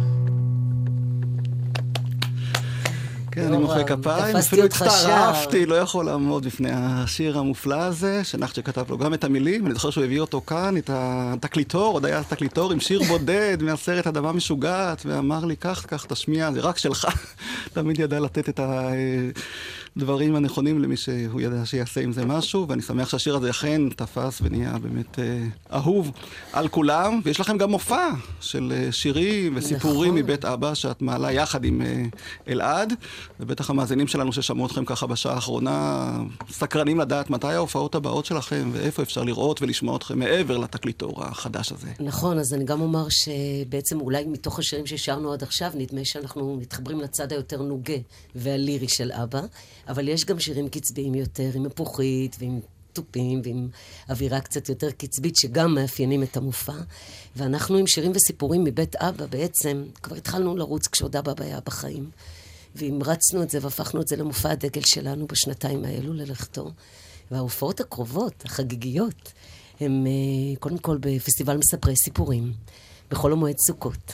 כן, אני מוחא כפיים, אפילו הצטרפתי, לא יכול לעמוד בפני השיר המופלא הזה, שנחצ'ה כתב לו גם את המילים, אני זוכר שהוא הביא אותו כאן, את התקליטור, עוד היה תקליטור עם שיר בודד מהסרט אדמה משוגעת, ואמר לי, כך, תשמיע, זה רק שלך. תמיד ידע לתת את הדברים הנכונים למי שהוא ידע שיעשה עם זה משהו, ואני שמח שהשיר הזה אכן תפס ונהיה באמת אהוב על כולם, ויש לכם גם מופע של שירים וסיפורים מבית אבא, שאת מעלה יחד עם אלעד, ובטח המאזינים שלנו ששמעו אתכם ככה בשעה האחרונה, סקרנים לדעת מתי ההופעות הבאות שלכם, ואיפה אפשר לראות ולשמוע אתכם מעבר לתקליטור החדש הזה. נכון, אז אני גם אומר שבעצם אולי מתוך השירים ששרנו עד עכשיו, נדמה שאנחנו מתחברים לצד היותר נוגה והלירי של אבא, אבל יש גם שירים קצביים יותר, עם מפוחית ועם טופים ועם אווירה קצת יותר קצבית, שגם מאפיינים את המופע. ואנחנו עם שירים וסיפורים מבית אבא בעצם, כבר התחלנו לרוץ כשעוד אבא היה בחיים. והמרצנו את זה והפכנו את זה למופע הדגל שלנו בשנתיים האלו ללכתו. וההופעות הקרובות, החגיגיות, הם קודם כל בפסטיבל מספרי סיפורים, בחול המועד סוכות,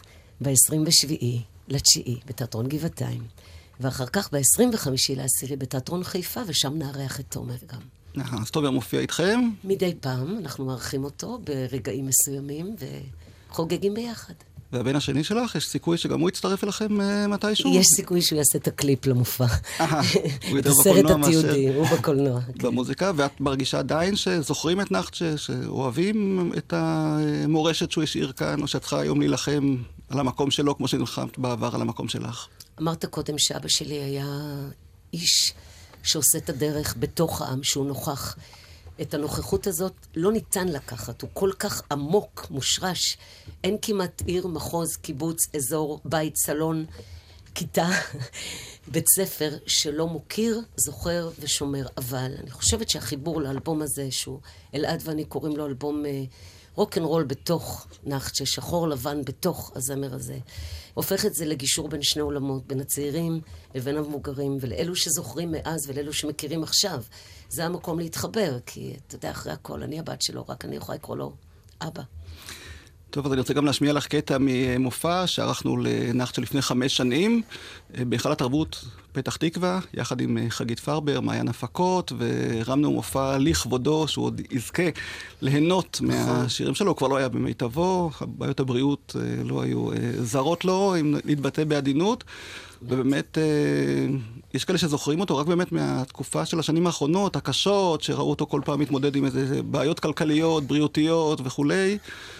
ב-27/9 בתיאטרון גבעתיים, ואחר כך ב-25/10 בתיאטרון חיפה, ושם נארח את תומר גם. אז תומר מופיע איתכם? מדי פעם אנחנו מארחים אותו ברגעים מסוימים וחוגגים ביחד. והבן השני שלך, יש סיכוי שגם הוא יצטרף אליכם מתישהו? יש סיכוי שהוא יעשה את הקליפ למופע. הוא יותר בסרט בקולנוע התיעודי, הוא בקולנוע. במוזיקה, ואת מרגישה עדיין שזוכרים את נחצ'ה, שאוהבים את המורשת שהוא השאיר כאן, או שאת צריכה היום להילחם על המקום שלו, כמו שנלחמת בעבר על המקום שלך? אמרת קודם שאבא שלי היה איש שעושה את הדרך בתוך העם, שהוא נוכח. את הנוכחות הזאת לא ניתן לקחת, הוא כל כך עמוק, מושרש. אין כמעט עיר, מחוז, קיבוץ, אזור, בית, סלון, כיתה, בית ספר שלא מוכיר, זוכר ושומר. אבל אני חושבת שהחיבור לאלבום הזה, שהוא אלעד ואני קוראים לו אלבום רוק'נ'רול בתוך נחצ'ה, שחור לבן בתוך הזמר הזה, הופך את זה לגישור בין שני עולמות, בין הצעירים לבין המבוגרים, ולאלו שזוכרים מאז ולאלו שמכירים עכשיו. זה המקום להתחבר, כי אתה יודע, אחרי הכל, אני הבת שלו, רק אני יכולה לקרוא לו אבא. טוב, אז אני רוצה גם להשמיע לך קטע ממופע שערכנו לנחצ'ה לפני 5 שנים, בהיכל התרבות פתח תקווה, יחד עם חגית פרבר, מעיין הפקות, והרמנו מופע לכבודו, שהוא עוד יזכה ליהנות מהשירים שלו, הוא כבר לא היה במיטבו, בעיות הבריאות לא היו זרות לו, אם להתבטא בעדינות, ובאמת יש כאלה שזוכרים אותו רק באמת מהתקופה של השנים האחרונות, הקשות, שראו אותו כל פעם מתמודד עם איזה בעיות כלכליות, בריאותיות וכולי.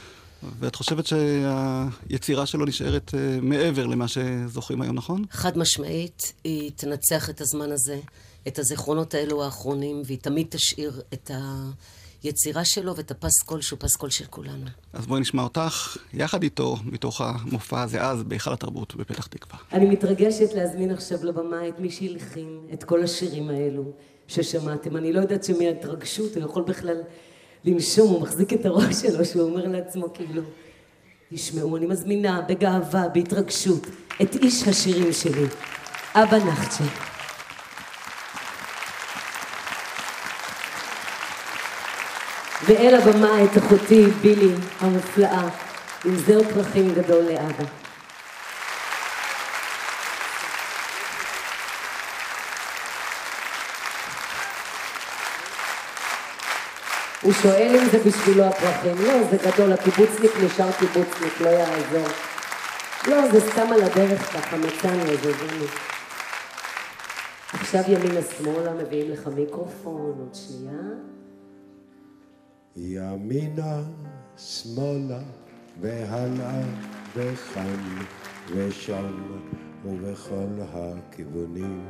ואת חושבת שהיצירה שלו נשארת מעבר למה שזוכרים היום, נכון? חד משמעית, היא תנצח את הזמן הזה, את הזיכרונות האלו האחרונים, והיא תמיד תשאיר את היצירה שלו ואת הפסקול שהוא פסקול של כולנו. אז בואי נשמע אותך יחד איתו, מתוך המופע הזה אז, בהיכל התרבות בפתח תקווה. אני מתרגשת להזמין עכשיו לבמה את מי שהלחין את כל השירים האלו ששמעתם. אני לא יודעת שמההתרגשות הוא יכול בכלל לנשום, הוא מחזיק את הראש שלו, שהוא אומר לעצמו כאילו, תשמעו, אני מזמינה בגאווה, בהתרגשות, את איש השירים שלי, אבא נחצ'ה. ואל הבמה את אחותי בילי המופלאה, עם זר פרחים גדול לאבא. הוא שואל אם זה בשבילו הפרחים. לא, זה גדול, הקיבוצניק נשאר קיבוצניק, לא יעזור. לא, זה סתם על הדרך ככה, מצאנו את זה. עכשיו ימינה שמאלה, מביאים לך מיקרופון, עוד שנייה. ימינה שמאלה, והלאה וכאן ושם ובכל הכיוונים.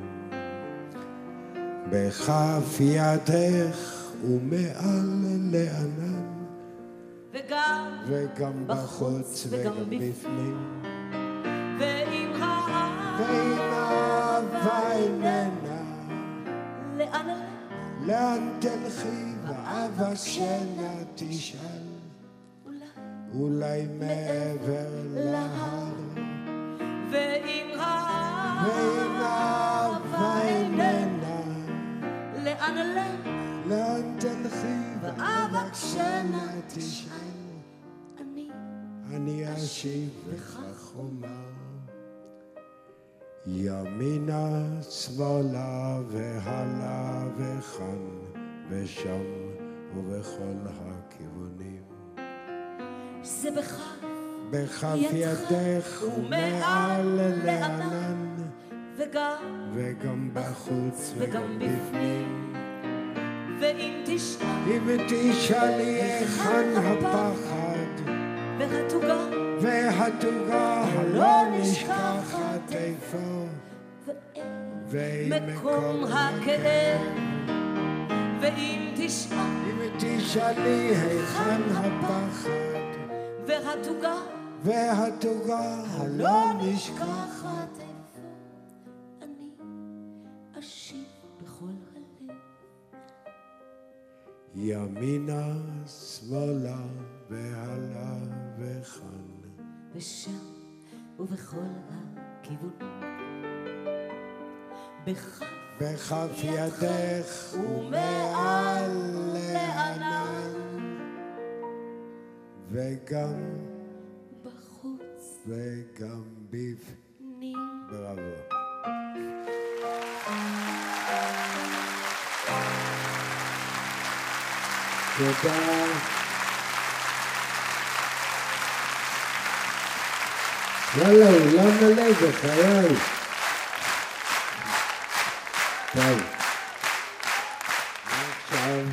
בכף ידך ומעל לענן, וגם בחוץ וגם בפנים, ואם האהבה איננה, לאן תלכי ואבקשנה תשאל, אולי מעבר להר, ואם האהבה איננה, לאן תלכי ואבקשנה תשאל, אני אשיב לך חומר. ימינה שמאלה והלאה וכאן ושם ובכל הכיוונים. זה בכף ידך ומעל לענן, וגם בחוץ וגם בפנים. ואם תשאלי היכן הפחד והתוגה הלא נשכחת איפה, מקום הכאב. ואם תשאלי היכן הפחד והתוגה הלא נשכחת איפה, אני אשיב בכל הלב. ימינה שמאלה והלאה וכאן ושם ובכל הכיוונים. בכף ידך ומעל לענן, וגם בחוץ וגם בפנים. בראבו. תודה. יאללה, אולם מלא בחיי. טוב. עכשיו.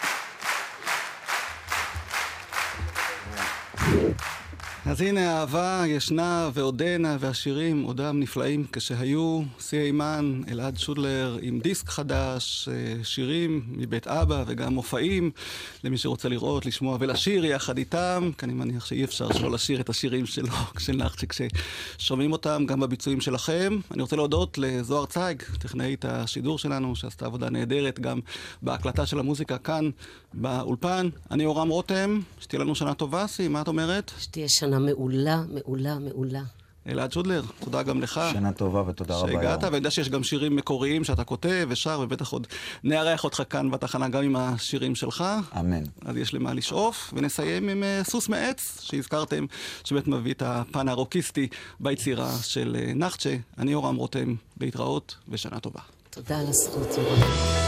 אז הנה האהבה ישנה ועודנה, והשירים עודם נפלאים כשהיו. סי אימן, אלעד שודלר עם דיסק חדש, שירים מבית אבא וגם מופעים למי שרוצה לראות, לשמוע ולשיר יחד איתם. כי אני מניח שאי אפשר שלא לשיר את השירים שלו של נחצ'ה כששומעים אותם גם בביצועים שלכם. אני רוצה להודות לזוהר צייג, טכנאית השידור שלנו, שעשתה עבודה נהדרת גם בהקלטה של המוזיקה כאן באולפן. אני יורם רותם, שתהיה לנו שנה טובה. סי, מה את אומרת? שתהיה שנה מעולה, מעולה, מעולה. אלעד שודלר, תודה גם לך. שנה טובה ותודה רבה. שהגעת, ואני יודע שיש גם שירים מקוריים שאתה כותב ושר, ובטח עוד נארח אותך כאן בתחנה גם עם השירים שלך. אמן. אז יש למה לשאוף, ונסיים עם סוס מעץ, שהזכרתם, שבאמת מביא את הפן הרוקיסטי ביצירה של נחצ'ה. אני יורם רותם, בהתראות ושנה טובה. תודה על הזכות, יורם.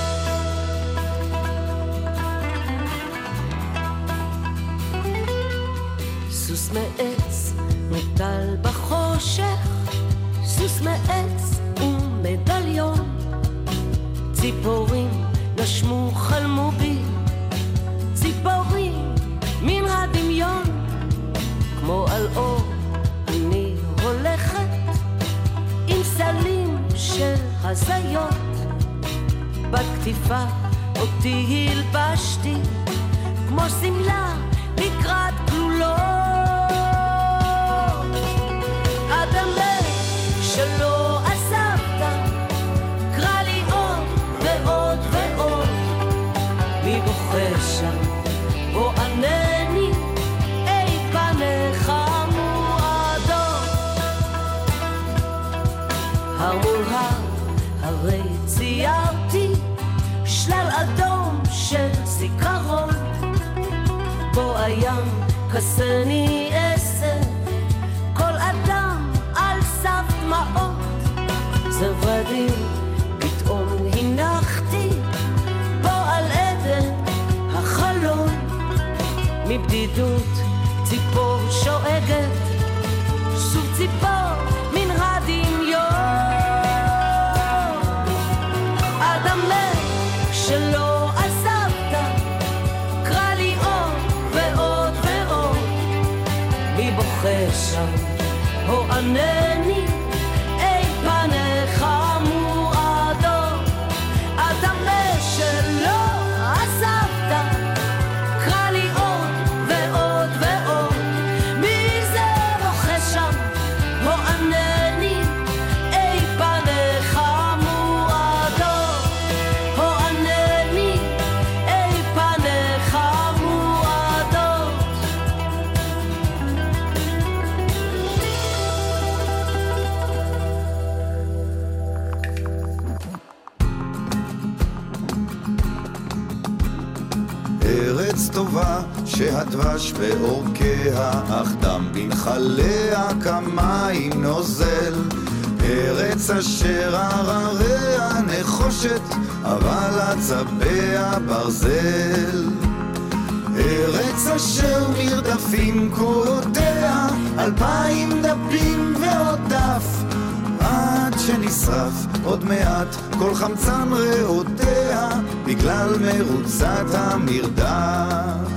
סוס מעץ מוטל בחושך, סוס מעץ ומדליון, ציפורים נשמו חלמו בי, ציפורים מן הדמיון, הזיות בכתיפה אותי הלבשתי כמו סמלה לקראת כלולות אדמה שלא עזבת קרא לי עוד ועוד ועוד מי בוכה שם בוא ענני אי פניך מועדות הר מול הר הרי ציירתי שלל אדום של זיכרון בו הים כסני עשר כל אדם על סף דמעות זרבדים פתאום הנחתי בו על עדן החלון מבדידות ציפור שואגת שוב ציפור מן הדמיון אדמה שלא עזבת קרא לי עוד ועוד ועוד מי בוכה שם הו ענני אי פניך מועדות אדמה שלא עזבת קרא לי עוד ועוד ועוד מי זה בוכה שם הו ענני אי פניך מועדות הו ענני אי פניך מועדות ארץ טובה שהדבש באורכיה אך דם בנחליה כמים נוזל ארץ אשר הרריה נחושת אבל עצביה ברזל ארץ אשר מרדפים קורותיה 2000 דפים ועוד דף עד שנשרף עוד מעט כל חמצן ריאותיה בגלל מרוצת המרדף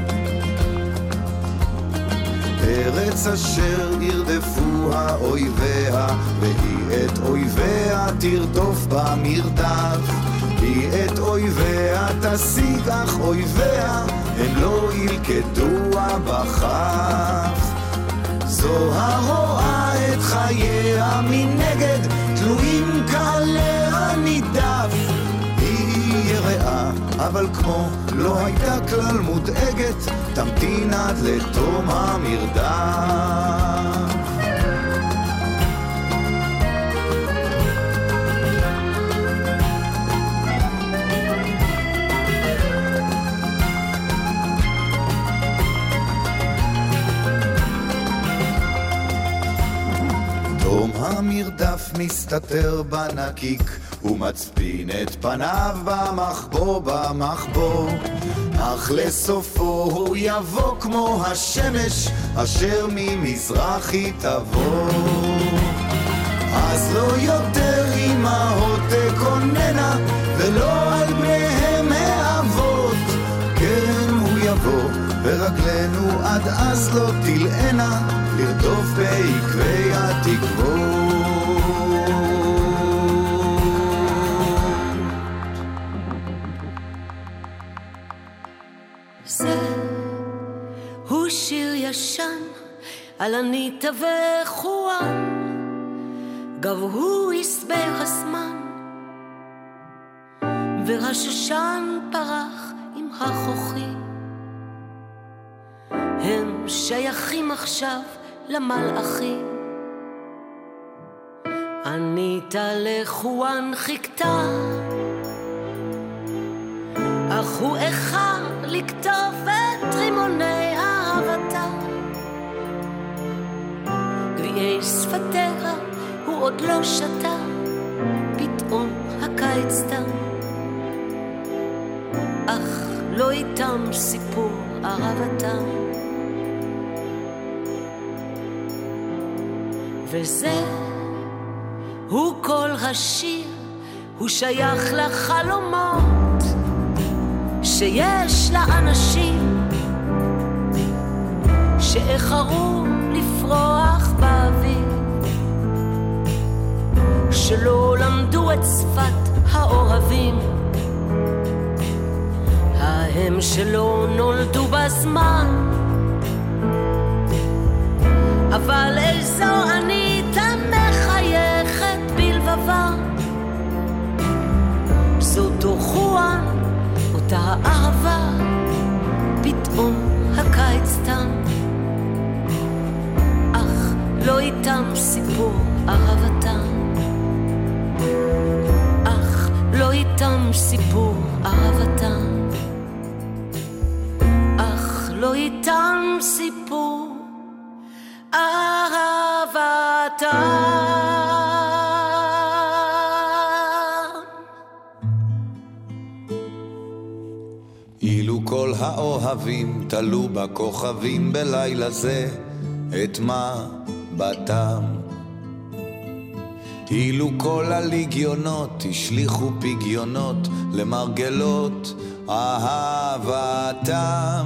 ארץ אשר ירדפו האויביה והיא את אויביה תרדוף במרדף היא את אויביה תשיג אך אויביה הם לא ילכדוה בכף זו הרואה את חייה מנגד תלויים כעליה נידף היא יראה אבל כמו לא הייתה כלל מודאגת תמתין עד לתום המרדף תום המרדף מסתתר בנקיק ומצפין את פניו במחבוא אך לסופו הוא יבוא כמו השמש אשר ממזרח היא תבוא אז לא יותר אמהות תקוננה ולא על בניהם האבות כן הוא יבוא ורגלנו עד אז לא תלענה לרדוף בעקבי התקוות זה הוא שיר ישן על הניטה וחואן גב הוא יסבר הזמן והשושן פרח עם החוכים הם שייכים עכשיו למלאכים הניטה לחואן חיכתה אך הוא איחר לכתוב את רימוני אהבתה גביעי שפתיה הוא עוד לא שתה פתאום הקיץ תם אך לא איתם סיפור אהבתם וזה הוא כל השיר הוא שייך לחלומות שיש לאנשים שאיחרו לפרוח באוויר שלא למדו את שפת האוהבים, ההם שלא נולדו בזמן, אבל איזו אני מחייכת בלבבה, זאת חואן, אותה אהבה, פתאום הקיץ תם, אך לא איתם סיפור אהבתם, אך לא איתם סיפור אהבתם, אך לא איתם סיפור אהבתם. אילו כל האוהבים תלו בכוכבים בלילה זה את מבטם, אילו כל הליגיונות השליחו פגיונות למרגלות אהבתם,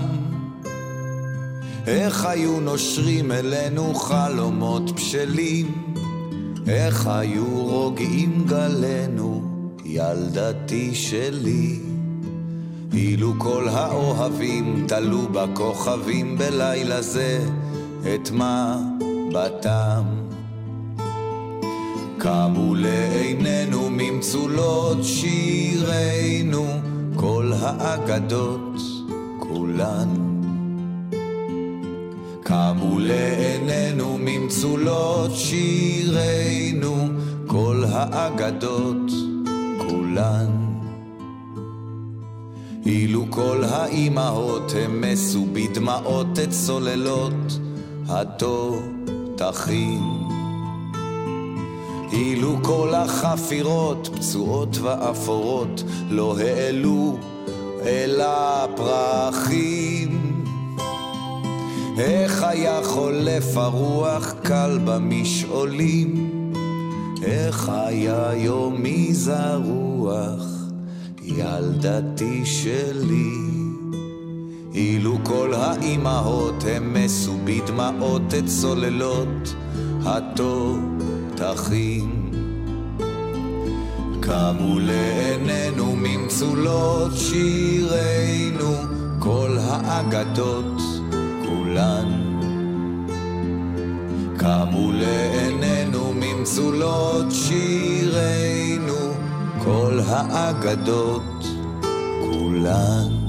איך היו נושרים אלינו חלומות בשלים, איך היו רוגעים גלנו ילדתי שלי. אילו כל האוהבים תלו בכוכבים בלילה זה את מבטם, קמו לעינינו ממצולות שירינו כל האגדות כולן, קמו לעינינו ממצולות שירינו כל האגדות כולן. אילו כל האימהות המסו בדמעות את סוללות התותחים, אילו כל החפירות פצועות ואפורות לא העלו אל הפרחים, איך היה חולף הרוח קל במשעולים, איך היה יומי זרוח ילדתי שלי. אילו כל האימהות המסו בדמעות את סוללות התותחים, קמו לעינינו ממצולות שירינו כל האגדות כולן, קמו לעינינו ממצולות שירינו כל האגדות כולן.